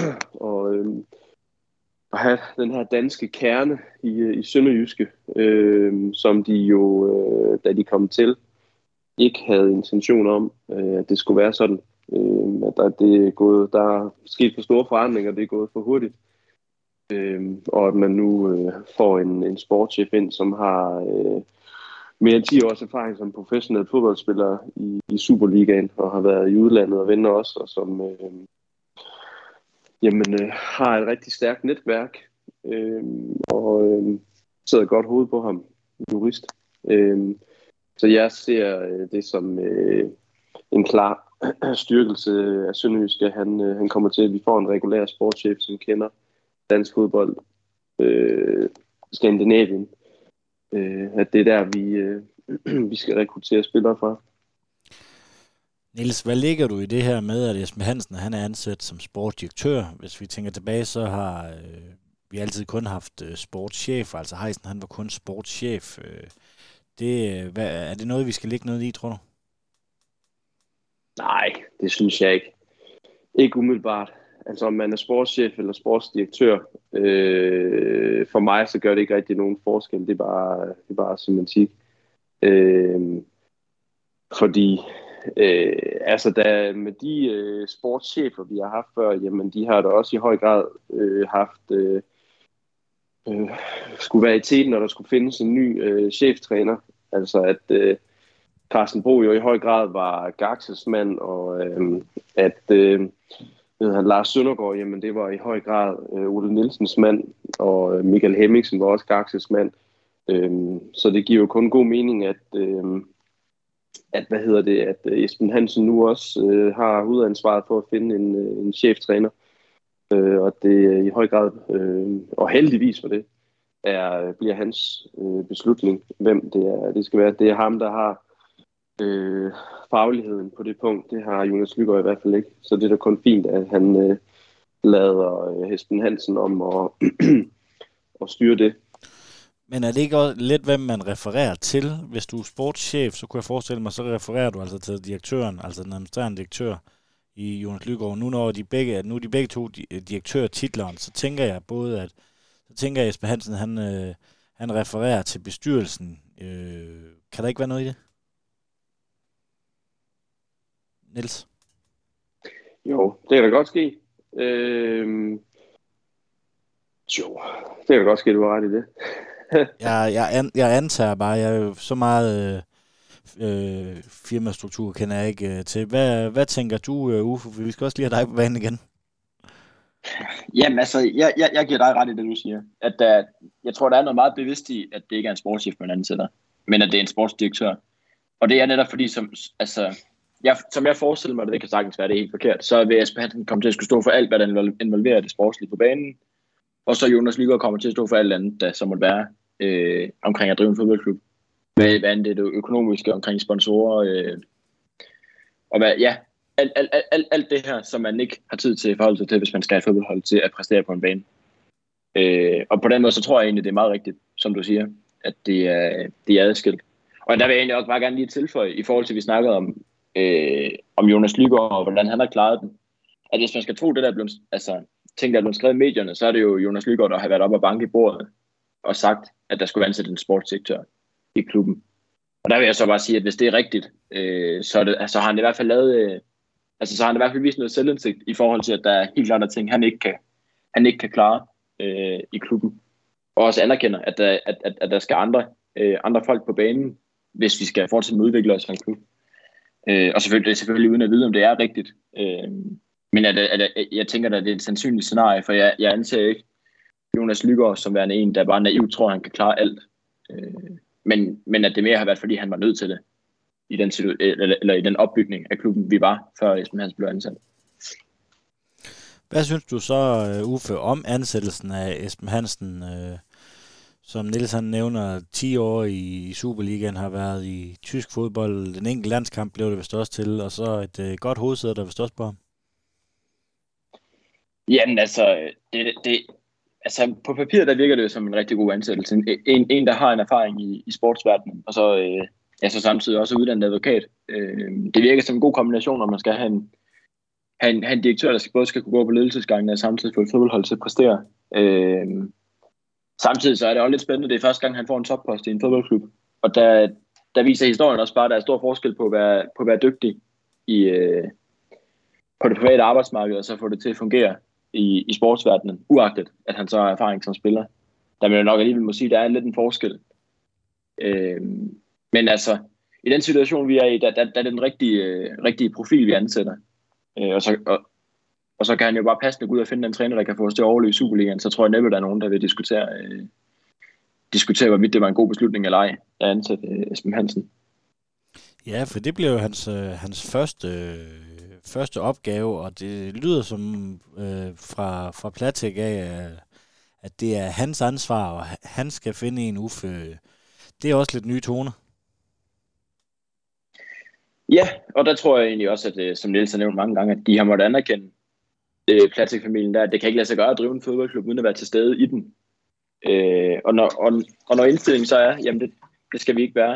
have den her danske kerne i sønderjyske, som de jo, da de kom til, ikke havde intention om, at det skulle være sådan. At der er sket for store forandringer, det er gået for hurtigt. Og at man nu får en sportschef ind, som har mere end 10 års erfaring som professionel fodboldspiller i Superligaen, og har været i udlandet og venner også, og som har et rigtig stærkt netværk, og sidder godt hoved på ham, jurist. Så jeg ser det som en klar styrkelse af sønderjyske. Han kommer til, at vi får en regulær sportschef, som kender dansk fodbold, Skandinavien. At det er der, vi skal rekruttere spillere fra. Niels, hvad ligger du i det her med, at Esben Hansen han er ansat som sportsdirektør? Hvis vi tænker tilbage, så har vi altid kun haft sportschef, altså Heisen han var kun sportschef. Er det noget, vi skal lægge noget i, tror du? Nej, det synes jeg ikke. Ikke umiddelbart. Altså om man er sportschef eller sportsdirektør, for mig så gør det ikke rigtig nogen forskel. Det er bare semantik. Fordi med de sportschefer, vi har haft før, jamen de har da også i høj grad haft skulle være i teten, når der skulle findes en ny cheftræner. Altså at Carsten Bro jo i høj grad var Gaxes mand, og Lars Søndergaard, jamen det var i høj grad Ole Nielsens mand, og Michael Hemmingsen var også Gaxes mand. Så det giver jo kun god mening, at Esben Hansen nu også har hovedansvaret for at finde en cheftræner. Og det i høj grad, og heldigvis for det, bliver hans beslutning, hvem det skal være. Det er ham, der har fagligheden på det punkt. Det har Jonas Lygaard i hvert fald ikke. Så det er da kun fint, at han lader Esben Hansen om at styre det. Men er det ikke også lidt, hvem man refererer til? Hvis du er sportschef, så kunne jeg forestille mig, så refererer du altså til direktøren, altså den administrerende direktør i Jonas Lygaard. Nu når de begge to direktørtitleren, så tænker jeg både, at Esben Hansen, han refererer til bestyrelsen. Kan der ikke være noget i det? Niels? Jo, det kan da godt ske. Det kan da godt ske, du har ret i det. jeg antager bare, jeg er jo så meget firmastruktur kender jeg ikke til. Hvad tænker du, Uffe? Vi skal også lige have dig på banen igen. Jamen altså, jeg giver dig ret i det, du siger. At jeg tror, der er noget meget bevidst i, at det ikke er en sportschef, man ansætter, men at det er en sportsdirektør. Og det er netop fordi, som jeg forestiller mig, at det kan sagtens være det helt forkert, så vil Esben Hansen komme til at skulle stå for alt, hvad der involverer det sportslige på banen. Og så Jonas Lygaard kommer til at stå for alt andet, der som måtte være omkring at drive en fodboldklub. Hvad det økonomiske omkring sponsorer, og alt det her, som man ikke har tid til at forholde sig til, hvis man skal have fodboldhold til at præstere på en bane. Og på den måde, så tror jeg egentlig, det er meget rigtigt, som du siger, at det er adskilt. Og der vil jeg egentlig også bare gerne lige tilføje, i forhold til, at vi snakkede om Jonas Lygaard, og hvordan han har klaret den. At hvis man skal tro det, der er blevet, ting, der er blevet skrevet i medierne, så er det jo Jonas Lygaard, der har været oppe og banke i bordet, og sagt, at der skulle ansætte en sportsdirektør i klubben. Og der vil jeg så bare sige, at hvis det er rigtigt, så har han i hvert fald lavet, så har han i hvert fald vist noget selvindsigt i forhold til, at der er helt andre ting, han ikke kan klare i klubben. Og også anerkender, at der skal andre folk på banen, hvis vi skal fortsætte med at udvikle os som klub. Og selvfølgelig uden at vide, om det er rigtigt. Men jeg tænker, at det er et sandsynligt scenarie, for jeg anser ikke Jonas Lygaard som værende en, der bare naivt tror, han kan klare alt. Men at det mere har været, fordi han var nødt til det i den opbygning af klubben, vi var, før Esben Hansen blev ansat. Hvad synes du så, Uffe, om ansættelsen af Esben Hansen, som Niels han nævner, 10 år i Superligaen, har været i tysk fodbold, den enkelte landskamp blev det vist også til, og så et godt hovedsæde, der vist også på ham? Jamen på papiret, der virker det jo som en rigtig god ansættelse. En der har en erfaring i sportsverdenen, og så samtidig også uddannet advokat. Det virker som en god kombination, når man skal have en direktør, der både skal kunne gå på ledelsesgangen og samtidig få et fodboldhold til at præstere. Samtidig så er det også lidt spændende. Det er første gang, han får en toppost i en fodboldklub. Og der viser historien også bare, at der er stor forskel på at være dygtig på det private arbejdsmarked, og så få det til at fungere i sportsverdenen, uagtet at han så har erfaring som spiller. Der vil jeg nok alligevel må sige, at der er lidt en forskel. Men i den situation, vi er i, der er den rigtige profil, vi ansætter. Og så kan han jo bare passende gå ud og finde den træner, der kan få os til at overleve i Superligaen. Så tror jeg næppe, der er nogen, der vil diskutere, hvorvidt det var en god beslutning eller ej, at ansætte Esben Hansen. Ja, for det blev jo hans første opgave, og det lyder som fra Platek af, at det er hans ansvar, og han skal finde en Uffe. Det er også lidt nye toner. Ja, og der tror jeg egentlig også, at som Niels har nævnt mange gange, at de har måttet anerkende Platek-familien der. Det kan ikke lade sig gøre at drive en fodboldklub, uden at være til stede i den. Og når indstillingen så er, jamen det skal vi ikke være,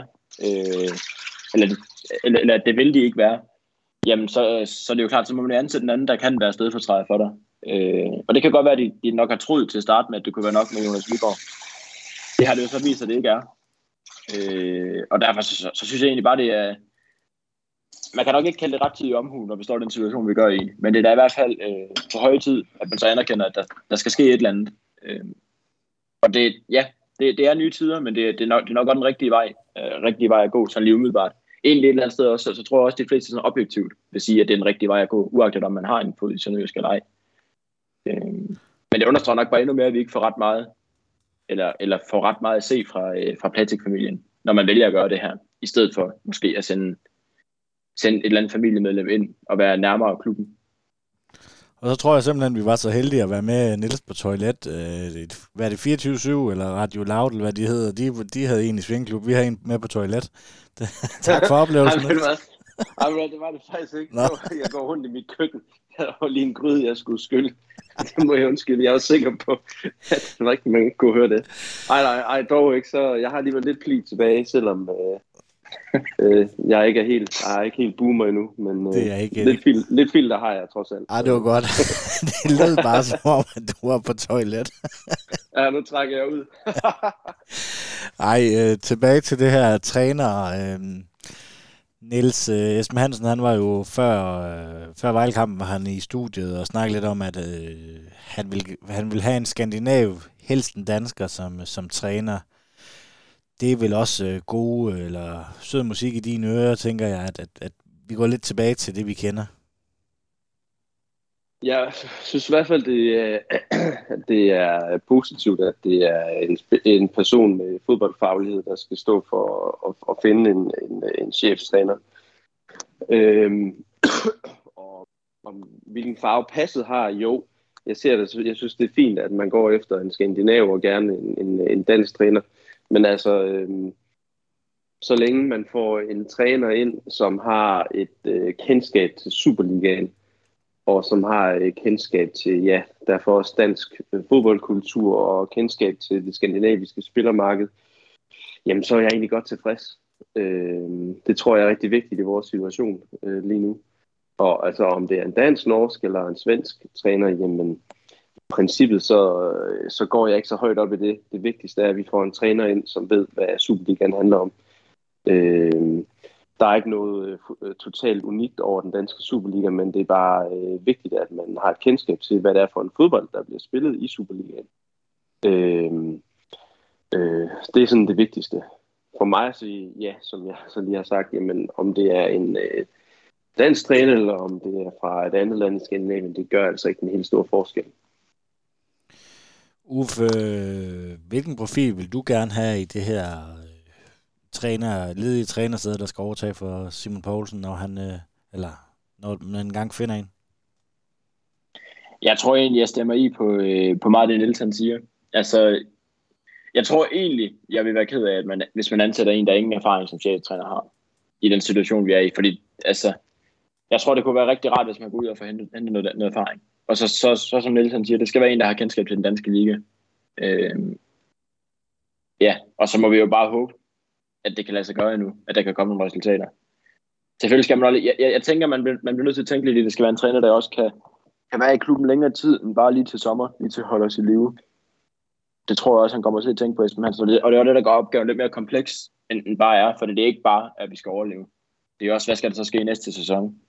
eller det vil de ikke være, jamen så er det jo klart, så må man ansætte en anden, der kan være stedfortræder for dig. Og det kan godt være, at de nok har troet til at starte med, at det kunne være nok med Jonas Lygaard. Det har det jo så vist, at det ikke er. Og derfor så synes jeg egentlig bare, det er... Man kan nok ikke kalde det rettidig omhu, når vi står i den situation, vi gør i. Men det er da i hvert fald på høje tid, at man så anerkender, at der skal ske et eller andet. Og det er nye tider, men det er nok godt den rigtige vej at gå, sådan lige umiddelbart. Egentlig et eller andet sted også, så tror jeg også, at de fleste sådan objektivt vil sige, at det er en rigtig vej at gå, uagtet om man har en position eller ej. Men det understreger nok bare endnu mere, at vi ikke får ret meget, eller får ret meget at se fra Platek-familien, når man vælger at gøre det her, i stedet for måske at sende et eller andet familiemedlem ind og være nærmere klubben. Og så tror jeg simpelthen, at vi var så heldige at være med Niels på toilet. Hvad er det, 24/7 eller Radio Loud, eller hvad de hedder? De havde en i Svingklub. Vi har en med på toilet. Tak for oplevelsen. Det var det faktisk ikke. Jeg går rundt i mit køkken. Der var lige en gryde, jeg skulle skylle. Det må jeg undskylde. Jeg var sikker på, at det var ikke, man kunne høre det. Nej, dog ikke. Så jeg har alligevel lidt pli tilbage, selvom... jeg ikke er helt boomer endnu, men det er ikke... lidt filter har jeg trods alt. Ej, det var godt. Det lød bare som om, at du var på toilet. Ja, nu trækker jeg ud. Tilbage til det her træner. Niels Esben Hansen, han var jo før Vejlekampen var han i studiet og snakkede lidt om, at han ville have en skandinav, helst en dansker, som træner. Det er vel også god eller sød musik i dine ører, tænker jeg, at vi går lidt tilbage til det, vi kender. Jeg synes i hvert fald, det er positivt, at det er en person med fodboldfaglighed, der skal stå for at finde en cheftræner. Og hvilken farve passet har, jo. Jeg synes, det er fint, at man går efter en skandinav og gerne en dansk træner. Men altså, så længe man får en træner ind, som har et kendskab til Superligaen, og som har et kendskab til, ja, derfor også dansk fodboldkultur og kendskab til det skandinaviske spillermarked, jamen så er jeg egentlig godt tilfreds. Det tror jeg er rigtig vigtigt i vores situation lige nu. Og altså om det er en dansk, norsk eller en svensk træner, jamen i princippet så går jeg ikke så højt op i det. Det vigtigste er, at vi får en træner ind, som ved, hvad Superligaen handler om. Der er ikke noget totalt unikt over den danske Superliga, men det er bare vigtigt, at man har et kendskab til, hvad det er for en fodbold, der bliver spillet i Superligaen. Det er sådan det vigtigste. For mig at sige, ja, som jeg så lige har sagt, jamen om det er en dansk træner, eller om det er fra et andet land i Skandinavien, det gør altså ikke en helt stor forskel. Uffe, hvilken profil vil du gerne have i det her ledige trænersæde, der skal overtage for Simon Poulsen, når man engang finder en? Jeg tror egentlig, jeg stemmer i på meget det, Niels han siger. Altså, jeg tror egentlig, jeg vil være ked af, at hvis man ansætter en, der ingen erfaring som cheftræner har, i den situation, vi er i. Fordi, altså, jeg tror, det kunne være rigtig rart, hvis man går ud og får hentet noget erfaring. Og så som Niels han siger, det skal være en, der har kendskab til den danske liga. Ja, og så må vi jo bare håbe, at det kan lade sig gøre endnu, at der kan komme nogle resultater. Selvfølgelig skal man også, jeg tænker, man bliver nødt til at tænke lidt i, at det skal være en træner, der også kan være i klubben længere tid, end bare lige til sommer, lige til at holde os i live. Det tror jeg også, han kommer til at tænke på, Esben Hansen. Og det er det, der gør opgaven lidt mere kompleks, end bare er, for det er ikke bare, at vi skal overleve. Det er også, hvad skal der så ske i næste sæson?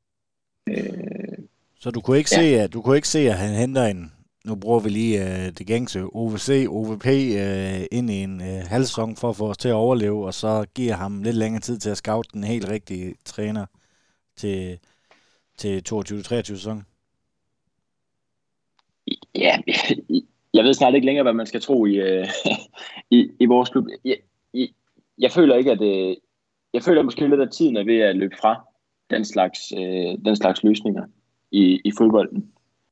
Så du kunne ikke se, at han henter en, nu bruger vi lige det gængse OVC, OVP ind i en halv sæson for at få os til at overleve, og så giver ham lidt længere tid til at scoute den helt rigtige træner til 22-23 sæson? Ja, jeg ved snart ikke længere, hvad man skal tro i vores klub. Jeg føler ikke, at jeg føler måske lidt, at tiden er ved at løbe fra den slags løsninger i fodbolden.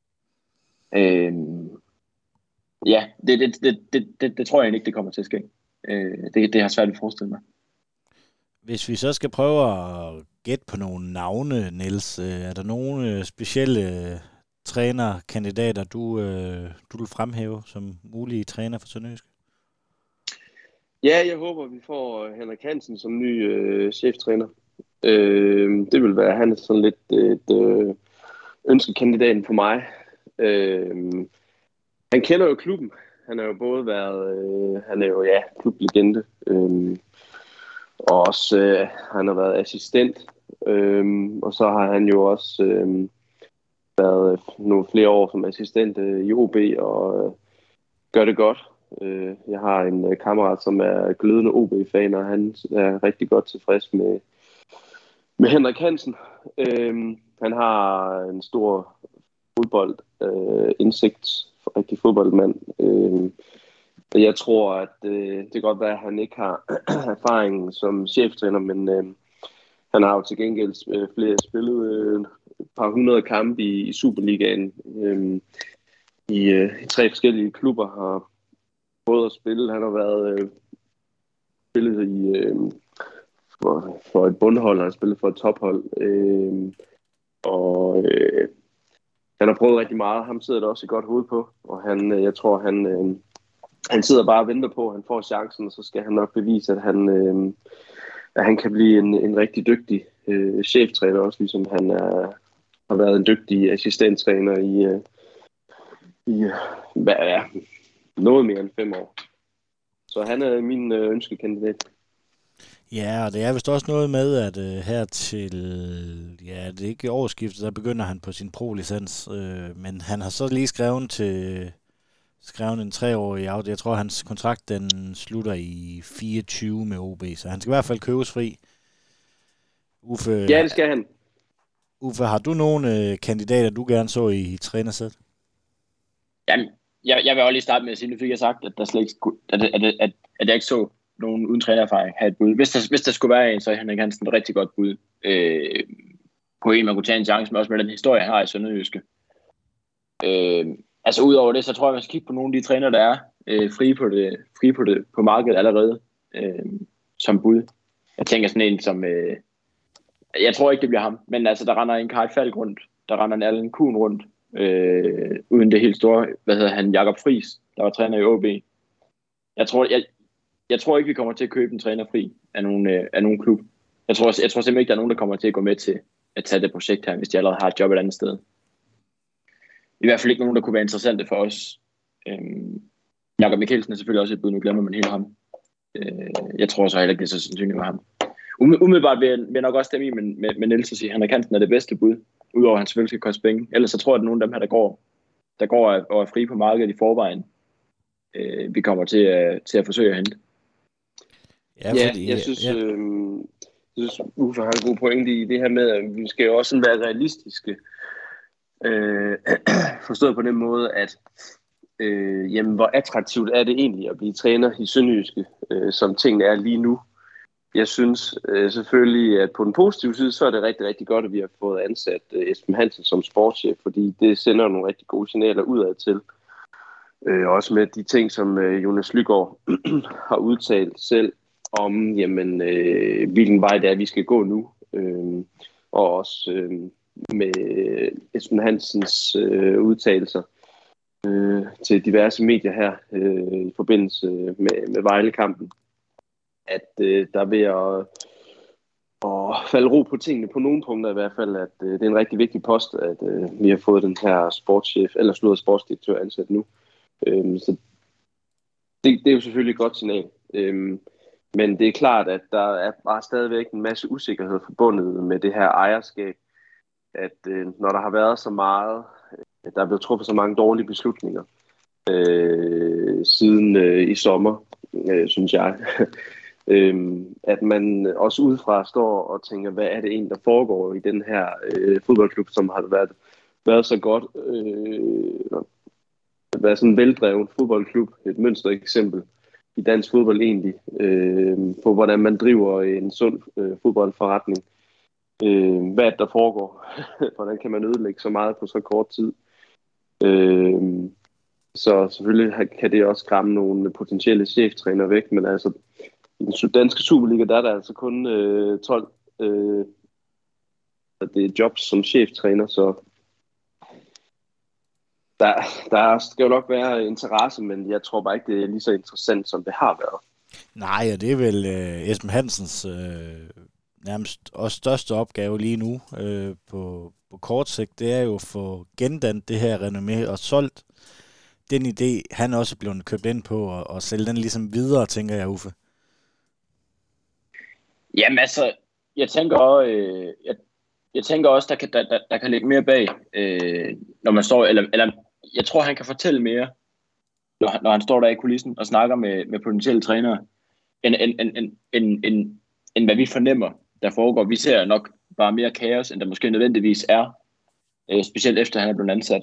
Ja, det tror jeg egentlig ikke, det kommer til at ske. Det har svært at forestille mig. Hvis vi så skal prøve at gætte på nogle navne, Niels, er der nogle specielle trænerkandidater, du vil fremhæve som mulige træner for Sønderjysk? Ja, jeg håber, vi får Henrik Hansen som ny cheftræner. Det vil være, han er sådan lidt et ønskekandidaten for mig. Han kender jo klubben. Han har jo både været, klublegende. Og også, han har været assistent. Og så har han jo også været nogle flere år som assistent i OB og gør det godt. Jeg har en kammerat, som er glødende OB-fan, og han er rigtig godt tilfreds med Henrik Hansen. Han har en stor fodboldindsigt, rigtig fodboldmand. Jeg tror, at det kan godt være, at han ikke har erfaring som cheftræner, men han har jo til gengæld spillet et par 100 kampe i Superligaen i 3 forskellige klubber. Har både at spille, han har været spillet for et bundhold, han har spillet for et tophold, og han har prøvet rigtig meget. Ham sidder der også et godt hoved på, og jeg tror, han sidder bare og venter på, at han får chancen, og så skal han nok bevise, at han kan blive en rigtig dygtig cheftræner, også ligesom han har været en dygtig assistenttræner i noget mere end 5 år. Så han er min ønskekandidat. Ja, og det er vist også noget med, at her til, ja, det er ikke årsskiftet, der begynder han på sin pro-licens, men han har så lige skrevet en 3-årig aftale. Jeg tror, hans kontrakt den slutter i 24 med OB, så han skal i hvert fald købes fri. Uffe, ja, det skal han. Uffe, har du nogle kandidater, du gerne så i trænersædet? Jamen, jeg vil også lige starte med at sige, nu fik jeg sagt, at der slet ikke at jeg ikke så nogen uden trænererfaring have et bud. Hvis der skulle være en, så er Henrik Hansen et rigtig godt bud på en, man kunne tage en chance med, også med den historie, han har i Sønderjyske. Altså udover det, så tror jeg, man skal kigge på nogle af de træner, der er frie på markedet allerede som bud. Jeg tænker sådan en som... jeg tror ikke, det bliver ham. Men altså, der render en Kai Falk rundt. Der render en Allen Kuhn rundt. Uden det helt store... Hvad hedder han? Jakob Friis, der var træner i OB. Jeg tror ikke, vi kommer til at købe en træner fri af nogen klub. Jeg tror simpelthen ikke, der er nogen, der kommer til at gå med til at tage det projekt her, hvis de allerede har et job et andet sted. I hvert fald ikke nogen, der kunne være interessante for os. Jakob Mikkelsen er selvfølgelig også et bud, nu glemmer man helt ham. Jeg tror så heller ikke, det er så sandsynligt med ham. Umiddelbart vil jeg nok også stemme i med Niels at sige, at han er kanten af det bedste bud, udover at han selvfølgelig skal koste penge. Ellers så tror jeg, at nogle af dem her, der går og er frie på markedet i forvejen, vi kommer til at forsøge at hente. Ja, jeg synes, Uffe har en god pointe i det her med, at vi skal jo også sådan være realistiske. Forstået på den måde, at jamen, hvor attraktivt er det egentlig at blive træner i Sønderjyske, som tingene er lige nu. Jeg synes selvfølgelig, at på den positive side, så er det rigtig, rigtig godt, at vi har fået ansat Esben Hansen som sportschef, fordi det sender nogle rigtig gode signaler udad til. Også med de ting, som Jonas Lygaard har udtalt selv om, jamen, hvilken vej det er, vi skal gå nu. Og også med Esben Hansens udtalelser til diverse medier her i forbindelse med Vejle-kampen, at der er ved at falde ro på tingene på nogle punkter i hvert fald, at det er en rigtig vigtig post, at vi har fået den her sportschef, eller slået sportsdirektør ansat nu. Så det er jo selvfølgelig et godt signal. Men det er klart, at der er bare stadigvæk en masse usikkerhed forbundet med det her ejerskab, at når der har været så meget, der er blevet truffet så mange dårlige beslutninger siden i sommer, synes jeg, at man også udefra står og tænker, hvad er det egentlig, der foregår i den her fodboldklub, som har været så godt, været sådan en veldreven fodboldklub, et mønstereksempel i dansk fodbold egentlig, på hvordan man driver en sund fodboldforretning. Hvad der foregår, hvordan kan man ødelægge så meget på så kort tid. Så selvfølgelig kan det også skræmme nogle potentielle cheftræner væk, men altså i den danske Superliga, der er der altså kun 12 det er jobs som cheftræner, så der skal jo nok være interesse, men jeg tror bare ikke, det er lige så interessant, som det har været. Nej, og det er vel Esben Hansens nærmest også største opgave lige nu på kort sigt, det er jo at få gendannet det her renommé og solgt den idé, han også er blevet købt ind på, og sælge den ligesom videre, tænker jeg, Uffe. Jamen altså, jeg tænker også, der kan ligge mere bag, når man står, eller jeg tror, han kan fortælle mere, når han står der i kulissen og snakker med potentielle trænere, end hvad vi fornemmer, der foregår. Vi ser nok bare mere kaos, end der måske nødvendigvis er, specielt efter han er blevet ansat.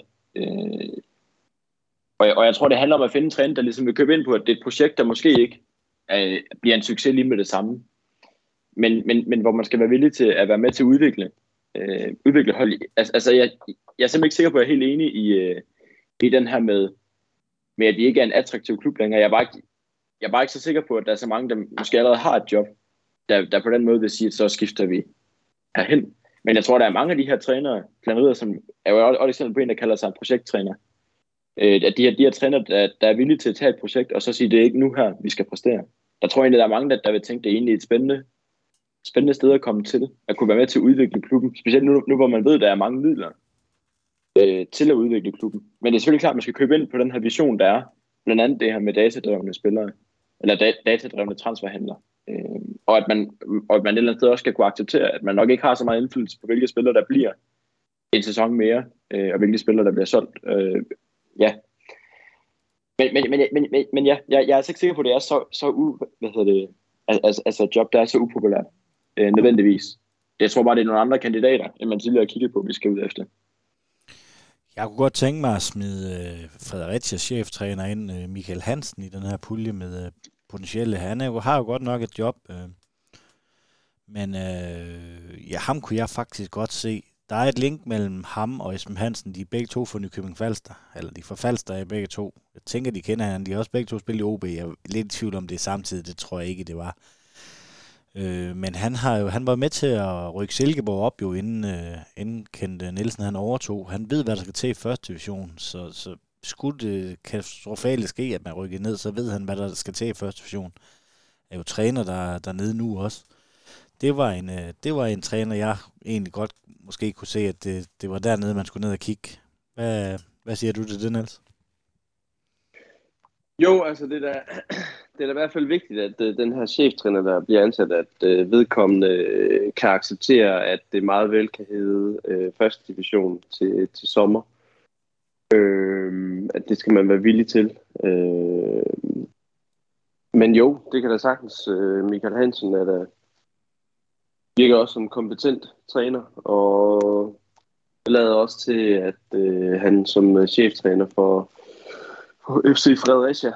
Og jeg tror, det handler om at finde en træner, der ligesom vil købe ind på, at det er et projekt, der måske ikke bliver en succes lige med det samme. Men hvor man skal være villig til at være med til at udvikle hold. Altså, jeg er simpelthen ikke sikker på, at jeg er helt enig i den her med, at vi ikke er en attraktiv klub længere. Jeg er bare ikke så sikker på, at der er så mange, der måske allerede har et job, der på den måde vil sige, at så skifter vi herhen. Men jeg tror, der er mange af de her trænere, som er jo også eksempel på en, der kalder sig en projekttræner. At de her trænere, der er villige til at tage et projekt, og så sige, det er ikke nu her, vi skal præstere. Der tror jeg egentlig, der er mange, der vil tænke, det er egentlig et spændende sted at komme til, at kunne være med til at udvikle klubben. Specielt nu hvor man ved, der er mange midler til at udvikle klubben. Men det er selvfølgelig klart, at man skal købe ind på den her vision, der er. Blandt andet det her med datadrevne spillere, eller datadrevne transferhandler. Og at man et eller andet sted også skal kunne acceptere, at man nok ikke har så meget indflydelse på, hvilke spillere, der bliver en sæson mere, og hvilke spillere, der bliver solgt. Ja. Men ja, jeg er altså ikke sikker på, at det er altså et job, der er så upopulært. Nødvendigvis. Jeg tror bare, det er nogle andre kandidater, end man tidligere har kigget på, vi skal ud efter. Jeg kunne godt tænke mig at smide Fredericia cheftræner ind, Michael Hansen, i den her pulje med potentielle. Han har jo godt nok et job, men ham kunne jeg faktisk godt se. Der er et link mellem ham og Esben Hansen. De er begge to fra Nykøbing Falster, eller de fra Falster er begge to. Jeg tænker, de kender hinanden. De har også begge to spillet i OB. Jeg er lidt i tvivl om det samtidig. Det tror jeg ikke, det var. Men han var med til at rykke Silkeborg op jo, inden Kent Nielsen han overtog. Han ved, hvad der skal til i første division, så skulle det katastrofale ske, at man rykker ned, så ved han, hvad der skal til i første division. Er jo træner dernede nu også. Det var en træner, jeg egentlig godt måske kunne se, at det var dernede, man skulle ned og kigge. Hvad siger du til det, Niels? Jo, altså det er da i hvert fald vigtigt, at den her cheftræner, der bliver ansat, at vedkommende kan acceptere, at det meget vel kan hedde første division til sommer. At det skal man være villig til. Men jo, det kan da sagtens. Michael Hansen virker også som kompetent træner, og lader også til, at han som cheftræner for FC Fredericia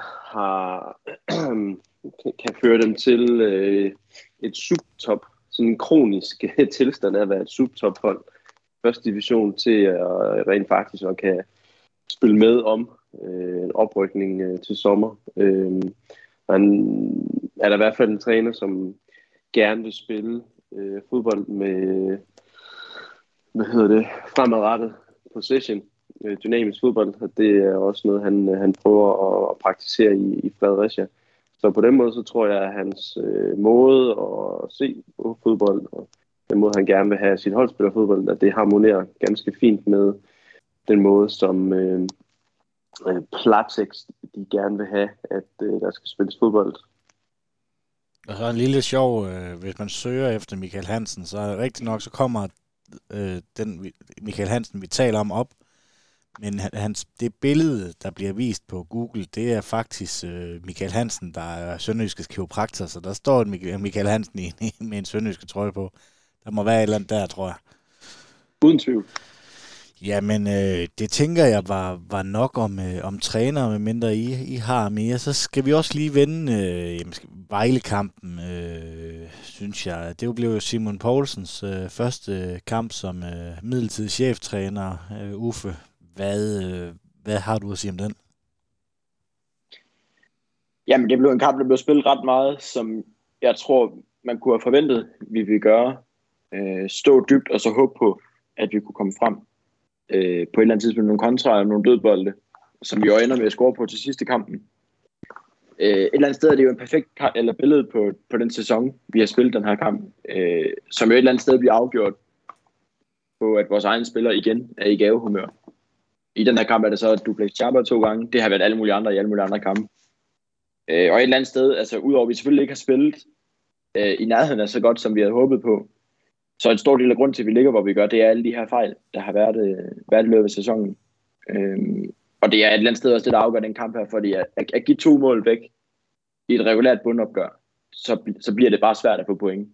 kan føre dem til et subtop, sådan en kronisk tilstand af at være et subtophold. Første division til at rent faktisk og kan spille med om en oprykning til sommer. Han er der i hvert fald en træner, som gerne vil spille fodbold med fremadrettet possession, dynamisk fodbold, og det er også noget, han prøver at praktisere i Fredericia. Så på den måde, så tror jeg, at hans måde at se på fodbold, og den måde, han gerne vil have sit holdspillerfodbold, at det harmonerer ganske fint med den måde, som Platex, de gerne vil have, at der skal spilles fodbold. Og så en lille sjov, hvis man søger efter Michael Hansen, så er det rigtigt nok, så kommer den Michael Hansen, vi taler om, op. Men det billede, der bliver vist på Google, det er faktisk Michael Hansen, der er sønderjyskes kiropraktor, så der står Michael Hansen med en sønderjyske trøje på. Der må være et eller andet der, tror jeg. Uden tvivl. Jamen, det tænker jeg var nok om trænere, med mindre I har mere. Så skal vi også lige vende Vejle-kampen, synes jeg. Det blev jo Simon Poulsens første kamp som midlertidig cheftræner. Uffe, hvad har du at sige om den? Jamen, det blev en kamp, der blev spillet ret meget, som jeg tror, man kunne have forventet, vi ville gøre. Stå dybt og så håbe på, at vi kunne komme frem. På et eller andet tidspunkt nogle kontra og nogle dødbolde, som vi jo ender med at score på til sidste kampen. Et eller andet sted er det jo en perfekt billede på den sæson, vi har spillet den her kamp, som jo et eller andet sted bliver afgjort på, at vores egne spillere igen er i gavehumør. I den her kamp er det så Duplex Chaba 2 gange. Det har været alle mulige andre i alle mulige andre kampe. Og et eller andet sted, altså udover at vi selvfølgelig ikke har spillet i nærheden af så godt, som vi havde håbet på, så en stor del af grunden til, at vi ligger, hvor vi gør, det er alle de her fejl, der har været i løbet af sæsonen. Og det er et eller andet sted også det, der afgør den kamp her, fordi at give 2 mål væk i et regulært bundopgør, så bliver det bare svært at få point.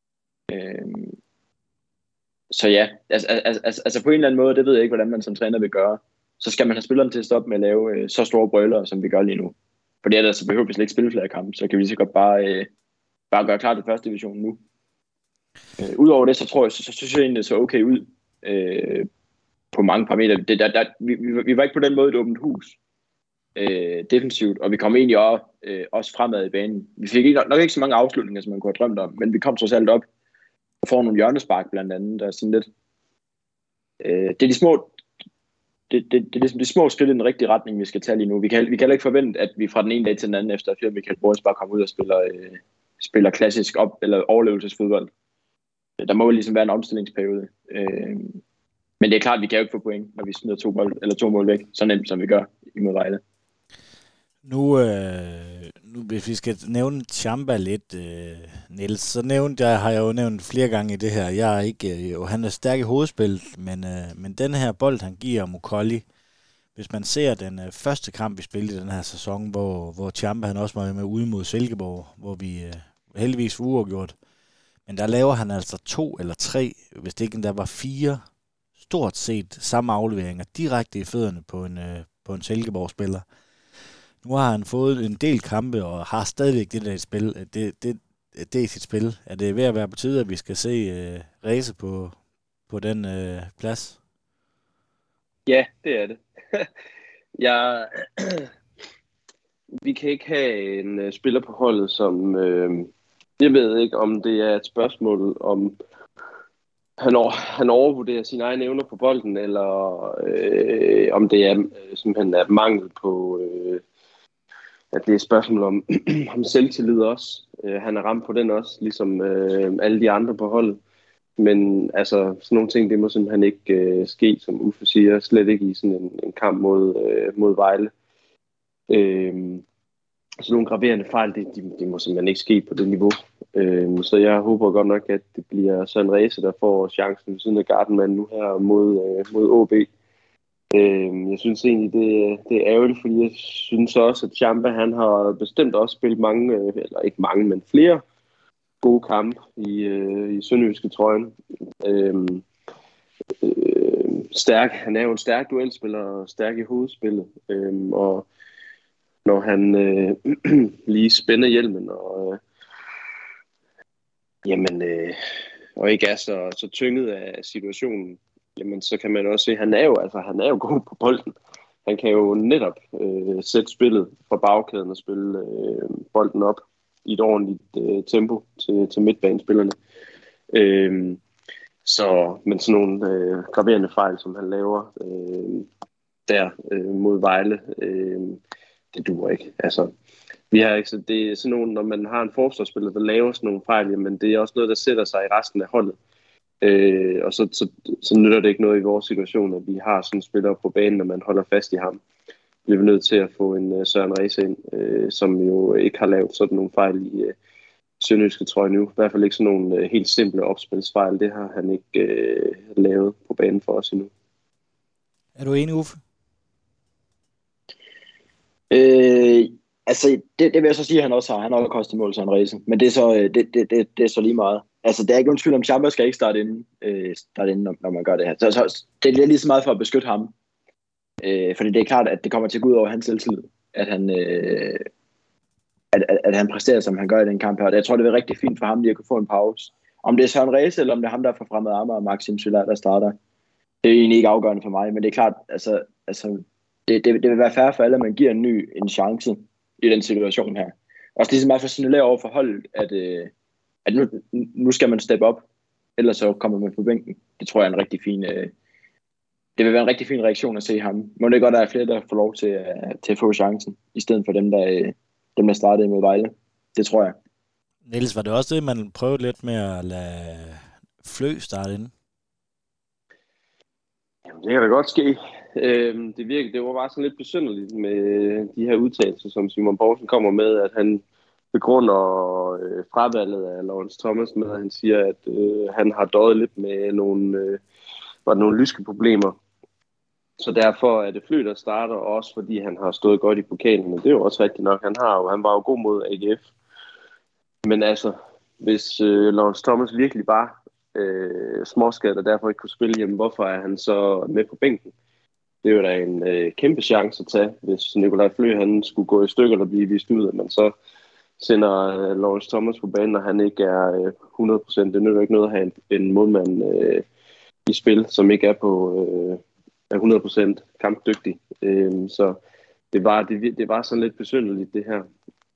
Så ja, altså på en eller anden måde, det ved jeg ikke, hvordan man som træner vil gøre. Så skal man have spillerne til at stoppe med at lave så store brøler, som vi gør lige nu. Fordi ellers så behøver vi slet ikke spille flere kampe, så kan vi lige så godt bare gøre klar til første division nu. Udover det, så tror jeg, så synes jeg egentlig, det så okay ud på mange parametre. Vi var ikke på den måde et åbent hus defensivt, og vi kom egentlig også fremad i banen. Vi fik nok ikke så mange afslutninger, som man kunne have drømt om, men vi kom trods alt op og får nogle hjørnespark blandt andet, der er sådan lidt. Det er de små de små skridt i den rigtige retning, vi skal tage lige nu. Vi kan heller ikke forvente, at vi fra den ene dag til den anden, efter at Michael Boris bare kommer ud og spiller klassisk eller overlevelsesfodbold. Der må jo ligesom være en omstillingsperiode. Men det er klart, at vi kan jo ikke få point, når vi smider 2 mål væk, så nemt som vi gør imod Vejle. Nu hvis vi skal nævne Chamba lidt, Niels, så har jeg jo nævnt flere gange i det her. Jeg er ikke, han er stærk i hovedspillet, men den her bold, han giver Mukolli, hvis man ser den første kamp, vi spillede i den her sæson, hvor Chamba han også var med ude mod Silkeborg, hvor vi heldigvis var uafgjort, men der laver han altså 2 eller 3, hvis det ikke endda var 4, stort set samme afleveringer direkte i fødderne på en Silkeborg-spiller. Nu har han fået en del kampe og har stadigvæk det der i spil. Det er i sit spil. Er det ved at være på tide, at vi skal se race på den plads? Ja, det er det. Vi kan ikke have en spiller på holdet, som Jeg ved ikke, om det er et spørgsmål om han overvurderer sine egne evner på bolden, eller om det er simpelthen er mangel på, at det er et spørgsmål om selvtillid også. Han er ramt på den også, ligesom alle de andre på holdet. Men altså, sådan nogle ting, det må simpelthen ikke ske, som Uffe siger, slet ikke i sådan en kamp mod Vejle. Så nogle graverende fejl, det må simpelthen ikke ske på det niveau. Så jeg håber godt nok, at det bliver Søren Ræse, der får chancen ved siden af Gardenman nu her mod OB. Jeg synes egentlig, det er ærgerligt, fordi jeg synes også, at Tjamba, han har bestemt også spillet mange, eller ikke mange, men flere gode kampe i sønderjyske trøjen. Stærk. Han er jo en stærk duelspiller og stærk i hovedspillet. Og når han lige spænder hjelmen og ikke er så tynget af situationen, jamen så kan man også se, at han er jo god på bolden. Han kan jo netop sætte spillet fra bagkæden og spille bolden op i et ordentligt tempo til midtbanespillerne. Men sådan nogle graverende fejl, som han laver mod Vejle, det duer ikke. Altså, det er sådan nogle, når man har en forsvarsspiller, der laver sådan nogle fejl, jamen det er også noget, der sætter sig i resten af holdet. Og så nytter det ikke noget i vores situation, at vi har sådan en spiller på banen, når man holder fast i ham. Bliver vi nødt til at få en Søren Ræse ind, som jo ikke har lavet sådan nogle fejl i sønderjyske trøje nu. I hvert fald ikke sådan nogle helt simple opspilsfejl. Det har han ikke lavet på banen for os endnu. Er du enig, Uffe? Altså, det vil jeg så sige, at han også har. Han har også kostet mål, Søren Ræse. Men det er så, det er så lige meget. Altså, der er ikke nogen tvivl om, Chamber skal ikke starte inden, når man gør det her. Så det er lige så meget for at beskytte ham. Fordi det er klart, at det kommer til at gå ud over hans selvtillid, at han præsterer, som han gør i den kamp her. Jeg tror, det vil være rigtig fint for ham lige at kunne få en pause. Om det er Søren Ræse, eller om det er ham, der er fra Fremad Amager og Maxim Solar, der starter, det er egentlig ikke afgørende for mig. Men det er klart, altså det vil være fair for alle, at man giver en chance i den situation her. Også lige så meget for at signalere over for holdet, at nu skal man steppe op, ellers så kommer man på bænken. Det tror jeg er en rigtig fin... Det vil være en rigtig fin reaktion at se ham. Må det godt, at der er flere, der får lov til at få chancen, i stedet for dem, der startede mod Vejle. Det tror jeg. Niels, var det også det, man prøvede lidt med at lade Flø starte ind? Jamen, det kan da godt ske. Det var bare sådan lidt besynderligt med de her udtalelser, som Simon Poulsen kommer med, at han begrunder fravalget af Lawrence Thomas med, at han siger, at han har døjet lidt med nogle lyske problemer. Så derfor er det Flø, der starter, også fordi han har stået godt i pokalen. Og det er jo også rigtigt nok. Han var jo god mod AGF. Men altså, hvis Lawrence Thomas virkelig bare småskadet og derfor ikke kunne spille hjemme, hvorfor er han så med på bænken? Det er jo da en kæmpe chance at tage, hvis Nikolaj Flø han skulle gå i stykker eller blive vist ud, at man så sender Lawrence Thomas på banen, og han ikke er 100%. Det nytter ikke noget at have en målmand i spil, som ikke er på 100% kampdygtig. Så det var sådan lidt besynderligt, det her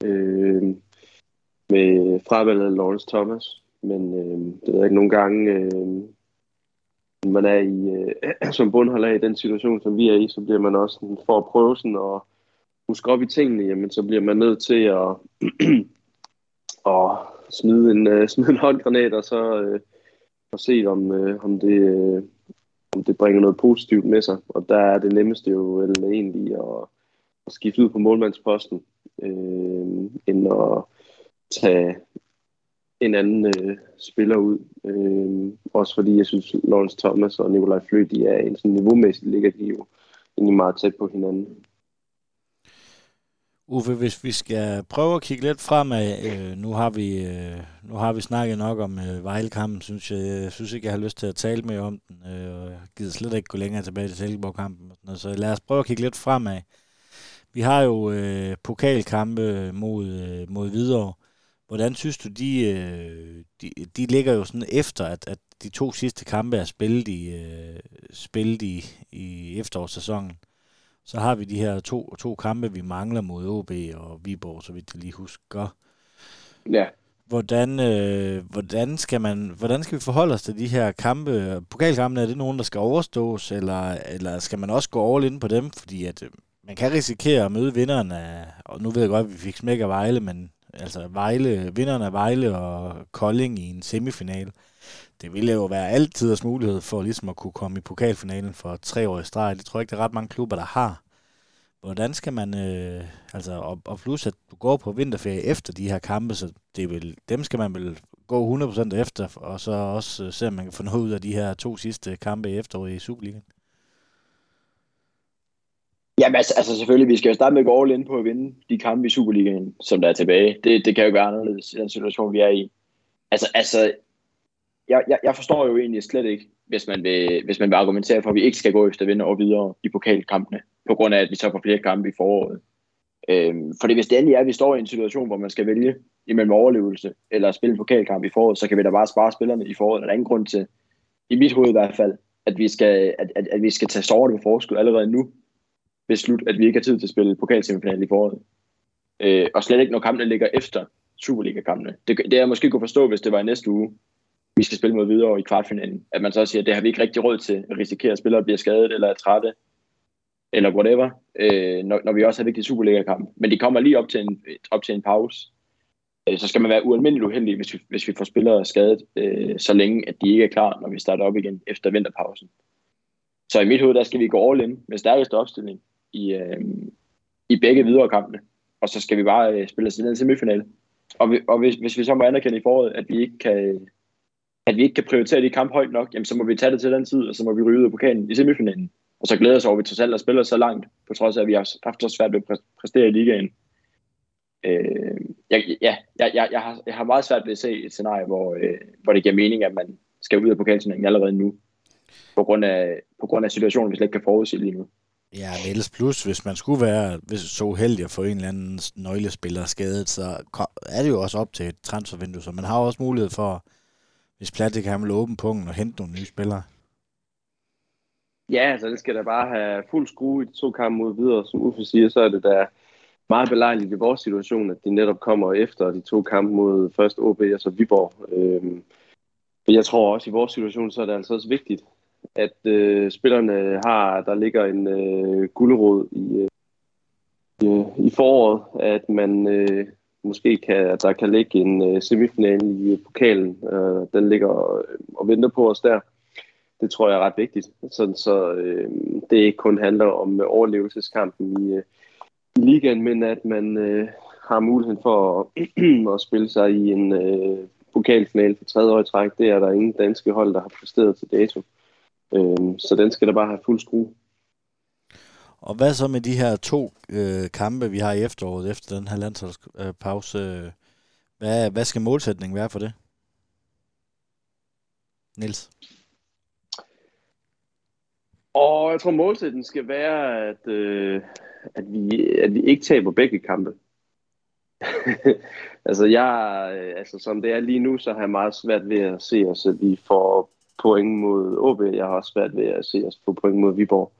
med fravalget af Lawrence Thomas. Men det er ikke nogle gange, man er i som bundholder i den situation, som vi er i, så bliver man også for at prøve sådan at huske op i tingene, jamen så bliver man nødt til at smide en håndgranat og så se om det bringer noget positivt med sig. Og der er det nemmeste jo egentlig at skifte ud på målmandsposten, end at tage en anden spiller ud. Også fordi jeg synes, Lawrence Thomas og Nikolaj Flø, de er en sådan niveaumæssigt, ligger de jo egentlig meget tæt på hinanden. Uffe, hvis vi skal prøve at kigge lidt fremad, nu har vi snakket nok om Vejle-kampen, synes jeg synes ikke, jeg har lyst til at tale mere om den, og jeg gider slet ikke gå længere tilbage til Silkeborg-kampen. Så lad os prøve at kigge lidt fremad. Vi har jo pokalkampe mod Hvidovre. Hvordan synes du, de ligger jo sådan efter, at de 2 sidste kampe er spillet i efterårssæsonen? Så har vi de her to kampe, vi mangler mod OB og Viborg, så vidt jeg lige husker. Ja. Hvordan skal vi forholde os til de her kampe? Pokalkampene, er det nogen, der skal overstås, eller skal man også gå all in på dem? Fordi at man kan risikere at møde vinderen af, og nu ved jeg godt, at vi fik smæk af Vejle, men altså vinderen af Vejle og Kolding i en semifinal. Det ville jo være altiders mulighed for ligesom at kunne komme i pokalfinalen for 3 år i streg. Det tror jeg ikke, der er ret mange klubber, der har. Hvordan skal man, og plus at du går på vinterferie efter de her kampe, så dem skal man vel gå 100% efter, og så også se, om man kan få noget ud af de her 2 sidste kampe i efteråret i Superligaen. Jamen altså selvfølgelig, vi skal jo starte med at gå all in på at vinde de kampe i Superligaen, som der er tilbage. Det kan jo ikke være anderledes i den situation, vi er i. Altså jeg forstår jo egentlig slet ikke, hvis man vil argumentere for, at vi ikke skal gå efter vinde og videre i pokalkampene, på grund af, at vi så får flere kampe i foråret. Fordi hvis det endelig er, at vi står i en situation, hvor man skal vælge imellem overlevelse eller at spille en pokalkamp i foråret, så kan vi da bare spare spillerne i foråret. Der er ingen grund til, i mit hoved i hvert fald, at vi skal tage sårene på forskud allerede nu, beslut, at vi ikke har tid til at spille pokalsemifinal i foråret. Og slet ikke, når kampene ligger efter Superliga-kampene. Det jeg måske kunne forstå, hvis det var i næste uge, vi skal spille mod videre i kvartfinalen. At man så siger, at det har vi ikke rigtig råd til at risikere, at spillere bliver skadet eller er trætte, eller whatever, når vi også har vigtige Superliga-kamp. Men de kommer lige op til en pause. Så skal man være ualmindeligt uheldig, hvis vi får spillere skadet, så længe at de ikke er klar, når vi starter op igen efter vinterpausen. Så i mit hoved, der skal vi gå all in med stærkeste opstilling i begge videre kampene. Og så skal vi bare spille os i den semifinale. Og hvis vi så må anerkende i foråret, at vi ikke kan prioritere de kamp højt nok, jamen så må vi tage det til den tid, og så må vi ryge ud af pokalen i semifinalen. Og så glæder os over, at vi trods alt spiller så langt, på trods af, at vi har haft så svært ved at præstere i ligaen. Jeg har meget svært ved at se et scenarie, hvor det giver mening, at man skal ud af pokalturneringen allerede nu, på grund af situationen, vi slet ikke kan forudse lige nu. Ja, Niels, plus hvis man skulle være så uheldig at få en eller anden nøglespiller skadet, så er det jo også op til et transfervindue, så man har også mulighed for, hvis Platik kan vil åbne punkten og hente nogle nye spillere. Ja, altså det skal da bare have fuld skrue i de 2 kampe mod videre. Som Uffe siger, så er det da meget belejligt i vores situation, at de netop kommer efter de 2 kampe mod først OB og så Viborg. Jeg tror også i vores situation, så er det altså også vigtigt, at spillerne der ligger en gulerod i foråret, at man der kan ligge en semifinale i pokalen. Den ligger og venter på os der. Det tror jeg er ret vigtigt, så det ikke kun handler om overlevelseskampen i ligaen, men at man har muligheden for at spille sig i en pokalfinale for 3. år i træk. Det er der ingen danske hold, der har præsteret til dato. Så den skal der bare have fuld skrue. Og hvad så med de her 2 kampe, vi har i efteråret efter den her landsholdspause? Hvad skal målsætningen være for det? Niels? Og jeg tror, målsætningen skal være, at vi ikke taber begge kampe. altså som det er lige nu, så har jeg meget svært ved at se os, at vi får point mod OB. Jeg har også svært ved at se os få point mod Viborg.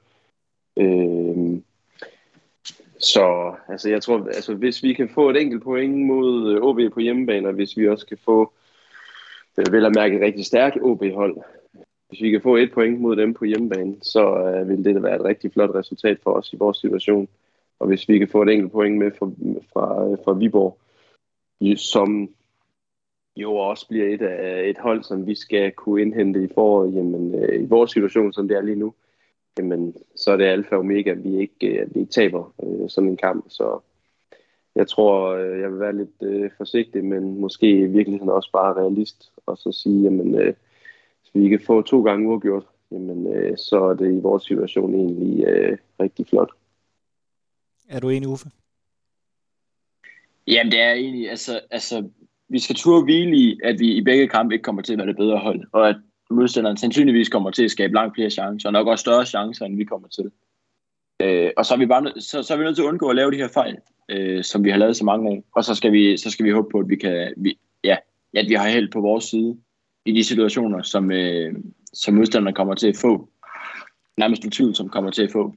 Så altså, jeg tror, altså, hvis vi kan få et enkelt point mod OB på hjemmebane, og hvis vi også kan få, vel at mærke, et rigtig stærkt OB-hold, hvis vi kan få 1 point mod dem på hjemmebane, så vil det være et rigtig flot resultat for os i vores situation. Og hvis vi kan få et enkelt point med fra Viborg, som jo også bliver et hold, som vi skal kunne indhente i foråret, jamen i vores situation, som det er lige nu, jamen så er det alfa og omega, at vi ikke taber sådan en kamp. Så jeg tror, jeg vil være lidt forsigtig, men måske i virkeligheden også bare realist, og så sige, jamen hvis vi kan få 2 gange uafgjort, jamen så er det i vores situation egentlig rigtig flot. Er du enig, Uffe? Jamen det er egentlig, altså vi skal turde hvile i, at vi i begge kampe ikke kommer til at være det bedre hold, og at modstanderen sandsynligvis kommer til at skabe langt flere chancer, og nok også større chancer, end vi kommer til. Og så er vi bare så er vi nødt til at undgå at lave de her fejl, som vi har lavet så mange af, og så skal vi håbe på, at vi har held på vores side i de situationer, som modstanderne kommer til at få, nærmest utvivlsomt kommer til at få.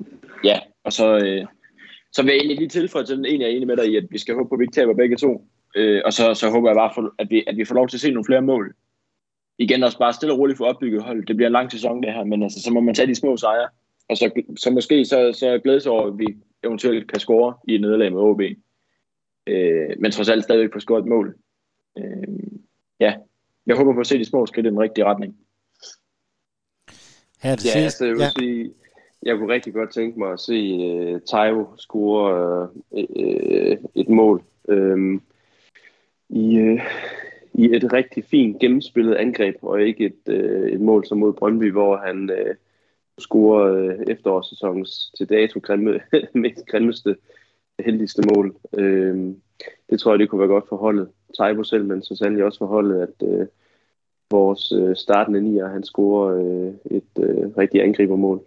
Og så vil jeg egentlig lige tilføje til den ene, jeg er enig med dig i, at vi skal håbe på, at vi ikke taber begge 2. Og så håber jeg bare, at vi får lov til at se nogle flere mål. Igen også bare stille og roligt for opbygget hold. Det bliver en lang sæson det her, men altså, så må man tage de små sejre. Og så måske så glædes over, at vi eventuelt kan score i et nederlag med OB. Men trods alt stadigvæk få scoret et mål. Ja, jeg håber på at se de små skridt i den rigtige retning. Her til sidst. Jeg vil sige, jeg kunne rigtig godt tænke mig at se Taiwo score et mål i et rigtig fint gennemspillet angreb, og ikke et mål som mod Brøndby, hvor han scorer efterårssæsonens til dato mest grimmeste, heldigste mål. Det tror jeg, det kunne være godt for holdet. Taiwo selv, men så sandelig også for holdet, at vores startende nier, han scorer et rigtig angribermål.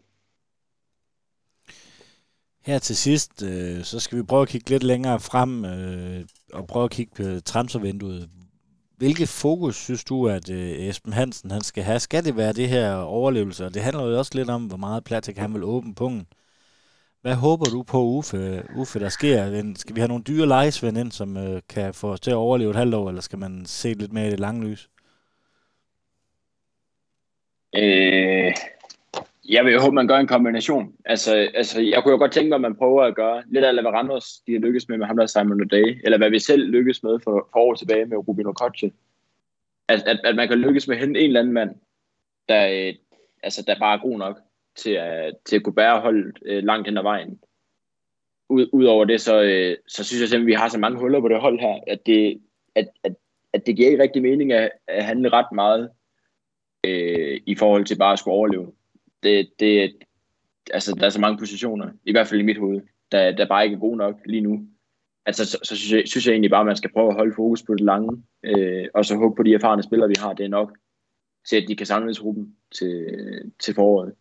Her til sidst, så skal vi prøve at kigge lidt længere frem og prøve at kigge på transfervinduet. Hvilket fokus synes du, at Esben Hansen han skal have? Skal det være det her overlevelse? Og det handler jo også lidt om, hvor meget Platik han vil åbne punkten. Hvad håber du på, Uffe, der sker? Skal vi have nogle dyre lejesvend ind, som kan få os til at overleve et halvt år, eller skal man se lidt mere i det lange lys? Jeg vil jo håbe, man gør en kombination. Altså, jeg kunne jo godt tænke mig, at man prøver at gøre lidt af, hvad Randers de har lykkes med ham der Simon O'Day, eller hvad vi selv lykkes med for år tilbage med Rubin Okocha. At man kan lykkes med en eller anden mand, der bare er god nok til at kunne bære holdet langt hen ad vejen. Udover det, så synes jeg simpelthen, at vi har så mange huller på det hold her, at det giver ikke rigtig mening at handle ret meget i forhold til bare at skulle overleve. Altså, der er så mange positioner, i hvert fald i mit hoved, der bare ikke er gode nok lige nu. Altså, så synes jeg egentlig bare, at man skal prøve at holde fokus på det lange, og så håbe på de erfarne spillere, vi har, det er nok til, at de kan samle truppen til foråret.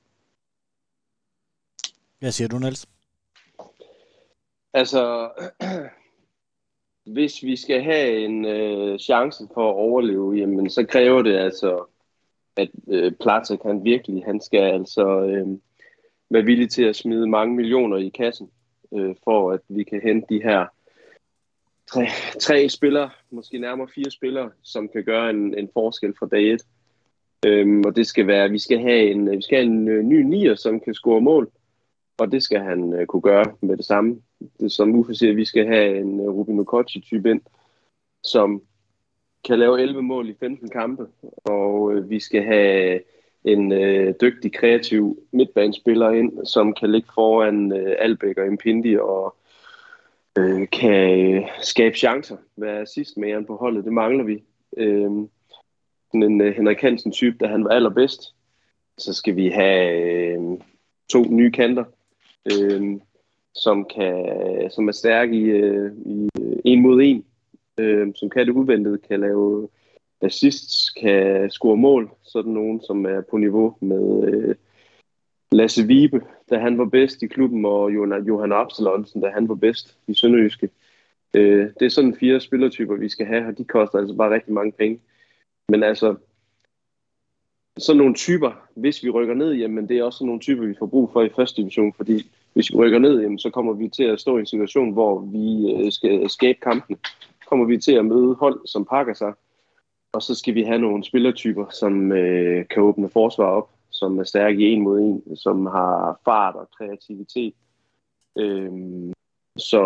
Hvad siger du, Niels? Altså, hvis vi skal have en chance for at overleve, jamen, så kræver det altså, at Platik, han skal altså være villig til at smide mange millioner i kassen, for at vi kan hente de her tre spillere, måske nærmere 4 spillere, som kan gøre en forskel fra dag 1. Og det skal være, vi skal have en ny nier, som kan score mål, og det skal han kunne gøre med det samme. Det som Uffe siger, vi skal have en Rubin Okocha-type ind, som kan lave 11 mål i 15 kampe, og vi skal have en dygtig, kreativ midtbanespiller ind, som kan ligge foran Albeck og Impindi og kan skabe chancer, være assistmageren på holdet. Det mangler vi. En Henrik Hansen-type, da han var allerbedst. Så skal vi have 2 nye kanter, som er stærke i 1 mod 1. Som kan det uventede, kan lave assists, kan score mål. Sådan nogen, som er på niveau med Lasse Vibe, da han var bedst i klubben, og Johan Absalonsen, da han var bedst i Sønderjyske. Det er sådan 4 spillertyper, vi skal have, og de koster altså bare rigtig mange penge. Men altså, sådan nogle typer, hvis vi rykker ned, jamen det er også sådan nogle typer, vi får brug for i første division, fordi hvis vi rykker ned, jamen, så kommer vi til at stå i en situation, hvor vi skal skabe kampene. Kommer vi til at møde hold, som pakker sig, og så skal vi have nogle spillertyper, som kan åbne forsvar op, som er stærke i 1 mod 1, som har fart og kreativitet. Så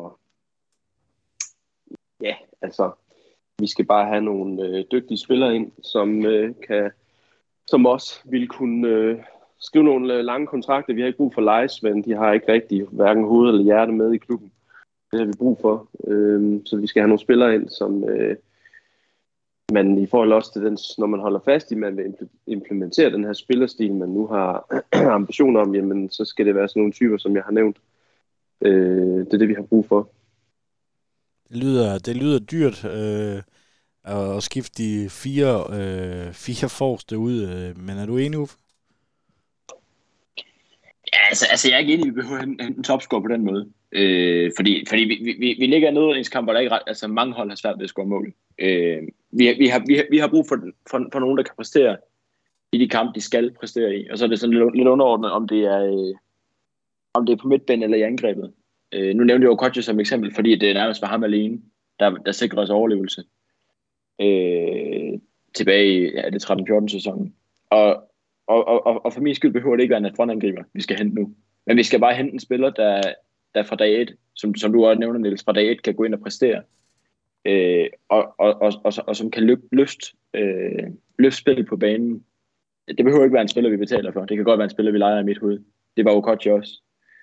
ja, altså, vi skal bare have nogle dygtige spillere ind, som også vil kunne skrive nogle lange kontrakter. Vi har ikke brug for lejesvend, de har ikke rigtig hverken hoved eller hjerte med i klubben. Det har vi brug for. Så vi skal have nogle spillere ind, som man i forhold også til den, når man holder fast i, man vil implementere den her spillerstil, man nu har ambitioner om, jamen så skal det være sådan nogle typer, som jeg har nævnt. Det er det, vi har brug for. Det lyder dyrt at skifte de 4 forreste ud, men er du enig, Uffe? Ja, altså jeg er ikke enig, at vi behøver en topscore på den måde. Fordi vi ligger i nedrykningskamper, der ikke altså mange hold har svært ved at score mål. Vi har brug for nogen, der kan præstere i de kampe, de skal præstere i. Og så er det sådan lidt underordnet, om det er på midtbanen eller i angrebet. Nu nævnte jeg Okocha som eksempel, fordi det er nærmest var ham alene, der sikrer os overlevelse. Tilbage i det 13-14 sæsonen. Og for min skyld behøver det ikke være en frontangriber, vi skal hente nu. Men vi skal bare hente en spiller, der fra dag 1, som du også nævner, Niels, fra dag 1 kan gå ind og præstere. Og som kan løfte spillet på banen. Det behøver ikke være en spiller, vi betaler for. Det kan godt være en spiller, vi leger i mit hoved. Det var Okocha også.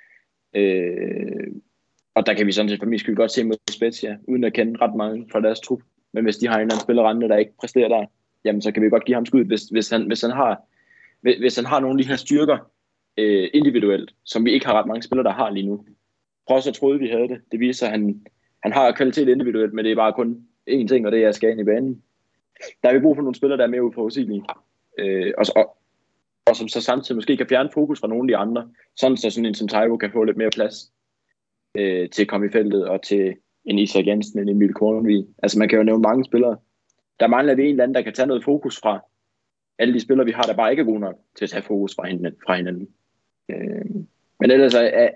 Og der kan vi sådan set for min skyld godt se mod Spezia, uden at kende ret mange fra deres trup. Men hvis de har en eller anden spillerrente, der ikke præsterer der, jamen så kan vi godt give ham skud, hvis han har nogle af de her styrker individuelt, som vi ikke har ret mange spillere, der har lige nu. Prøv så troede, vi havde det. Det viser, at han har kvalitet individuelt, men det er bare kun én ting, og det er at skære ind i banen. Der er vi brug for nogle spillere, der er mere uforudsigelige. Og som så samtidig måske kan fjerne fokus fra nogle af de andre, sådan en som Taiwo kan få lidt mere plads til at komme i feltet, og til en Isak Jensen, en Emil Kornvig. Altså man kan jo nævne mange spillere. Der mangler vi en eller anden, der kan tage noget fokus fra alle de spillere, vi har, der bare ikke er gode nok til at tage fokus fra hinanden. Men ellers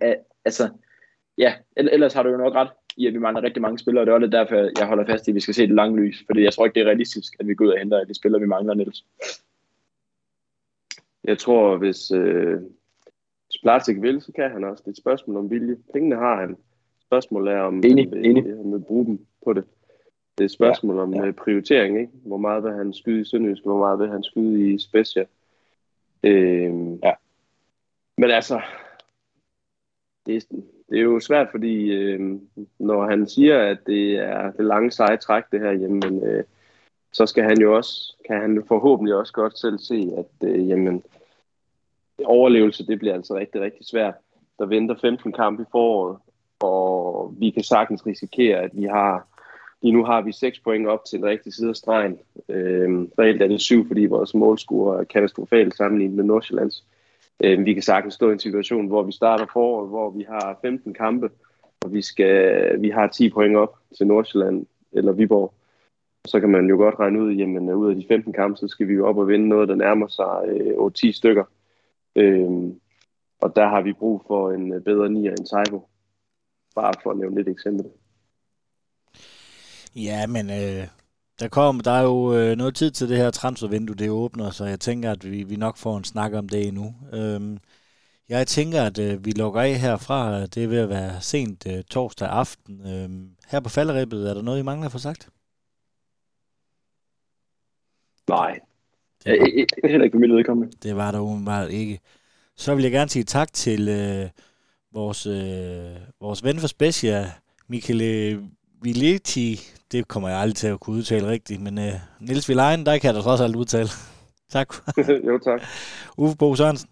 ellers har du jo nok ret i, at vi mangler rigtig mange spillere, og det er lidt derfor, jeg holder fast i, at vi skal se det lange lys, fordi jeg tror ikke, det er realistisk, at vi går ud og henter de spillere, vi mangler, Niels. Jeg tror, hvis Splatic vil, så kan han også. Det er et spørgsmål om vilje. Pengene har han. Spørgsmålet er, om han vil bruge dem på det. Det er et spørgsmål om prioritering, ikke? Hvor meget vil han skyde i Sønderjysk, hvor meget vil han skyde i Spezia. Men altså, det er jo svært, fordi når han siger, at det er det lange seje træk, det her, jamen, så skal han jo også, kan han forhåbentlig også godt selv se, at jamen, overlevelse, det bliver altså rigtig, rigtig svært. Der venter 15 kampe i foråret, og vi kan sagtens risikere, at lige nu har vi 6 point op til den rigtige side af stregen. Reelt er det 7, fordi vores målscore er katastrofalt sammenlignet med Nordsjællands. Vi kan sagtens stå i en situation, hvor vi starter foråret, hvor vi har 15 kampe, og vi har 10 point op til Nordsjælland eller Viborg. Så kan man jo godt regne ud, jamen ud af de 15 kampe, så skal vi jo op og vinde noget, der nærmer sig 8-10 stykker. Og der har vi brug for en bedre nier end Taiwo. Bare for at nævne lidt eksempel. Ja, men der er jo noget tid til det her transfervindue, det åbner, så jeg tænker, at vi nok får en snak om det endnu. Jeg tænker, at vi logger af herfra. Det er ved at være sent torsdag aften. Her på falderibet, er der noget, I mangler for sagt? Nej. Heller ikke på mit vedkommende. Det var der umiddelbart ikke. Så vil jeg gerne sige tak til vores ven fra Spezia, Michele Villeti. Det kommer jeg aldrig til at kunne udtale rigtigt, men Niels Vilein, der kan jeg da trods alt udtale. Tak. Jo, tak. Uffe Bo Sørensen.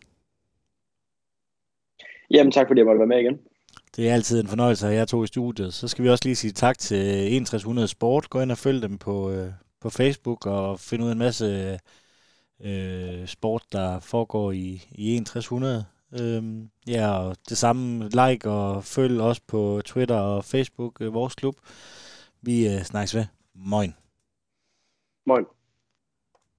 Jamen tak, fordi jeg måtte være med igen. Det er altid en fornøjelse at have jer to i studiet. Så skal vi også lige sige tak til 6100 Sport. Gå ind og følg dem på Facebook og finde ud af en masse sport, der foregår i 6100. Og det samme like og følg også på Twitter og Facebook, vores klub. Vi snakkes ved. Moin. Moin.